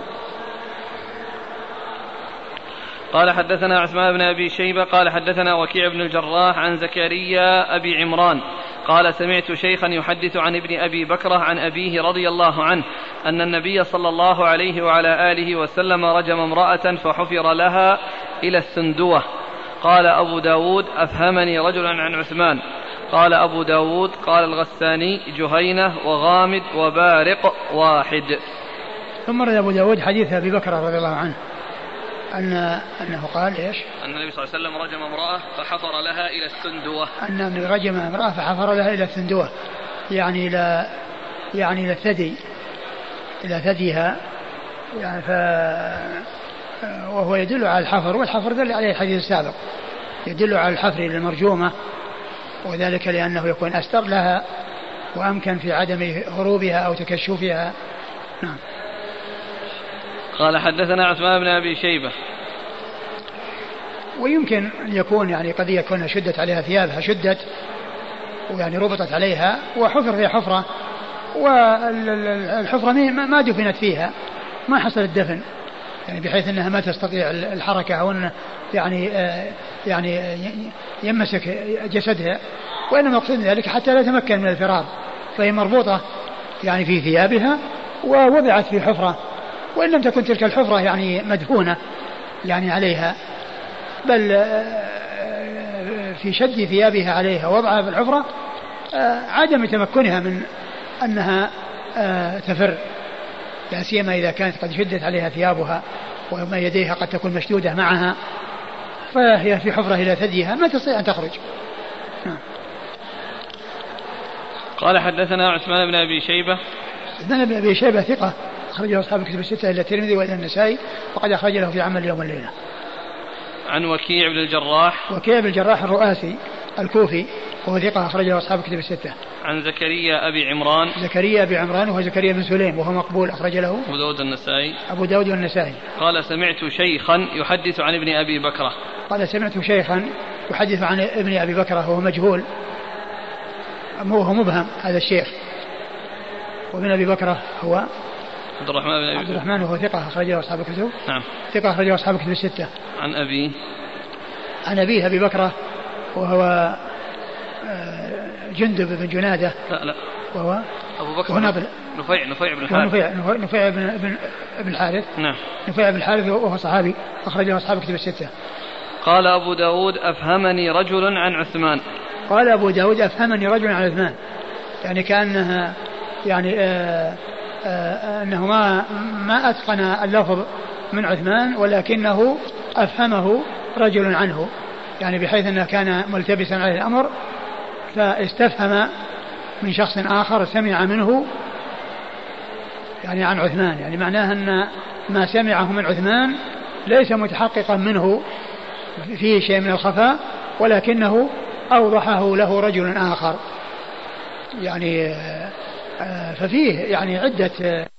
[SPEAKER 3] قال حدثنا عثمان بن أبي شيبة قال حدثنا وكيع بن الجراح عن زكريا أبي عمران قال سمعت شيخا يحدث عن ابن أبي بكرة عن أبيه رضي الله عنه أن النبي صلى الله عليه وعلى آله وسلم رجم امرأة فحفر لها إلى السندوة. قال أبو داود أفهمني رجل عن عثمان. قال أبو داود قال الغساني جهينة وغامد وبارق واحد.
[SPEAKER 2] ثم رد أبو داود حديث أبي بكر رضي الله عنه أن أنه قال إيش؟
[SPEAKER 3] أن النبي صلى الله عليه وسلم رجم امرأة فحفر لها إلى السندوة.
[SPEAKER 2] أن النبي رجم امرأة فحفر لها إلى السندوة، يعني إلى يعني إلى الثدي، إلى ثديها، يعني ف وهو يدل على الحفر، والحفر دل عليه الحديث السابق، يدل على الحفر للمرجومة، وذلك لأنه يكون أستر لها وأمكن في عدم هروبها أو تكشفها. نعم.
[SPEAKER 3] قال حدثنا عثمان بن أبي شيبة.
[SPEAKER 2] ويمكن أن يكون يعني قد يكون شدت عليها ثيابها، شدت ويعني ربطت عليها وحفر فيها حفرة، والحفرة ما دفنت فيها، ما حصل الدفن، يعني بحيث أنها ما تستطيع الحركة أو أن يعني يعني يمسك جسدها، وإنما مقصود ذلك حتى لا تمكن من الفرار، فهي مربوطة يعني في ثيابها ووضعت في حفرة، وإن لم تكن تلك الحفرة يعني مدفونة يعني عليها، بل في شد ثيابها عليها وضعها في الحفرة عدم تمكنها من أنها تفر، لا سيما إذا كانت قد شدت عليها ثيابها وما يديها قد تكون مشدودة معها، فهي في حفرة إلى ثديها ما تستطيع أن تخرج.
[SPEAKER 3] قال حدثنا عثمان بن أبي شيبة.
[SPEAKER 2] عثمان بن أبي شيبة ثقة أخرجه أصحاب الكتب الستة إلا الترمذي وإلا النسائي، وقد أخرج له في عمل اليوم والليلة.
[SPEAKER 3] عن وكيع بن الجراح.
[SPEAKER 2] وكيع بن الجراح الرؤاسي الكوفي وهو ثقة أخرجه أصحاب الكتب الستة.
[SPEAKER 3] عن زكريا أبي عمران.
[SPEAKER 2] زكريا أبي عمران وهو زكريا بن سليم وهو مقبول أخرج له
[SPEAKER 3] أبو داود النسائي.
[SPEAKER 2] أبو داود والنسائي.
[SPEAKER 3] قال سمعت شيخا يحدث عن ابن أبي بكرة.
[SPEAKER 2] قال سمعت شيخا يحدث عن ابن أبي بكرة وهو مجهول، هو مبهم هذا الشيخ، وابن أبي بكرة هو
[SPEAKER 3] عبد الرحمن بن أبي
[SPEAKER 2] عبد الرحمن وهو ثقة أخرجه أصحاب الكتب.
[SPEAKER 3] نعم.
[SPEAKER 2] ثقة أخرجه أصحاب الكتب الستة.
[SPEAKER 3] عن أبي
[SPEAKER 2] عن أبيه أبي بكرة وهو جندب بن جنادة.
[SPEAKER 3] لا لا
[SPEAKER 2] وهو
[SPEAKER 3] أبو بكر نفيع نفيع بن الحارث.
[SPEAKER 2] نفيع نفيع بن بن الحارث.
[SPEAKER 3] نعم.
[SPEAKER 2] نفيع بن الحارث وهو صحابي أخرجه أصحاب الكتب الستة.
[SPEAKER 3] قال أبو داود أفهمني رجل عن عثمان.
[SPEAKER 2] قال أبو داود أفهمني رجل عن عثمان، يعني كأنها يعني آآ آآ أنه ما ما أتقن اللفظ من عثمان، ولكنه أفهمه رجل عنه، يعني بحيث أنه كان ملتبسا عليه الأمر فاستفهم من شخص آخر سمع منه يعني عن عثمان، يعني معناه أن ما سمعه من عثمان ليس متحققا منه، فيه شيء من الخفاء، ولكنه أوضحه له رجل آخر، يعني ففيه يعني عدة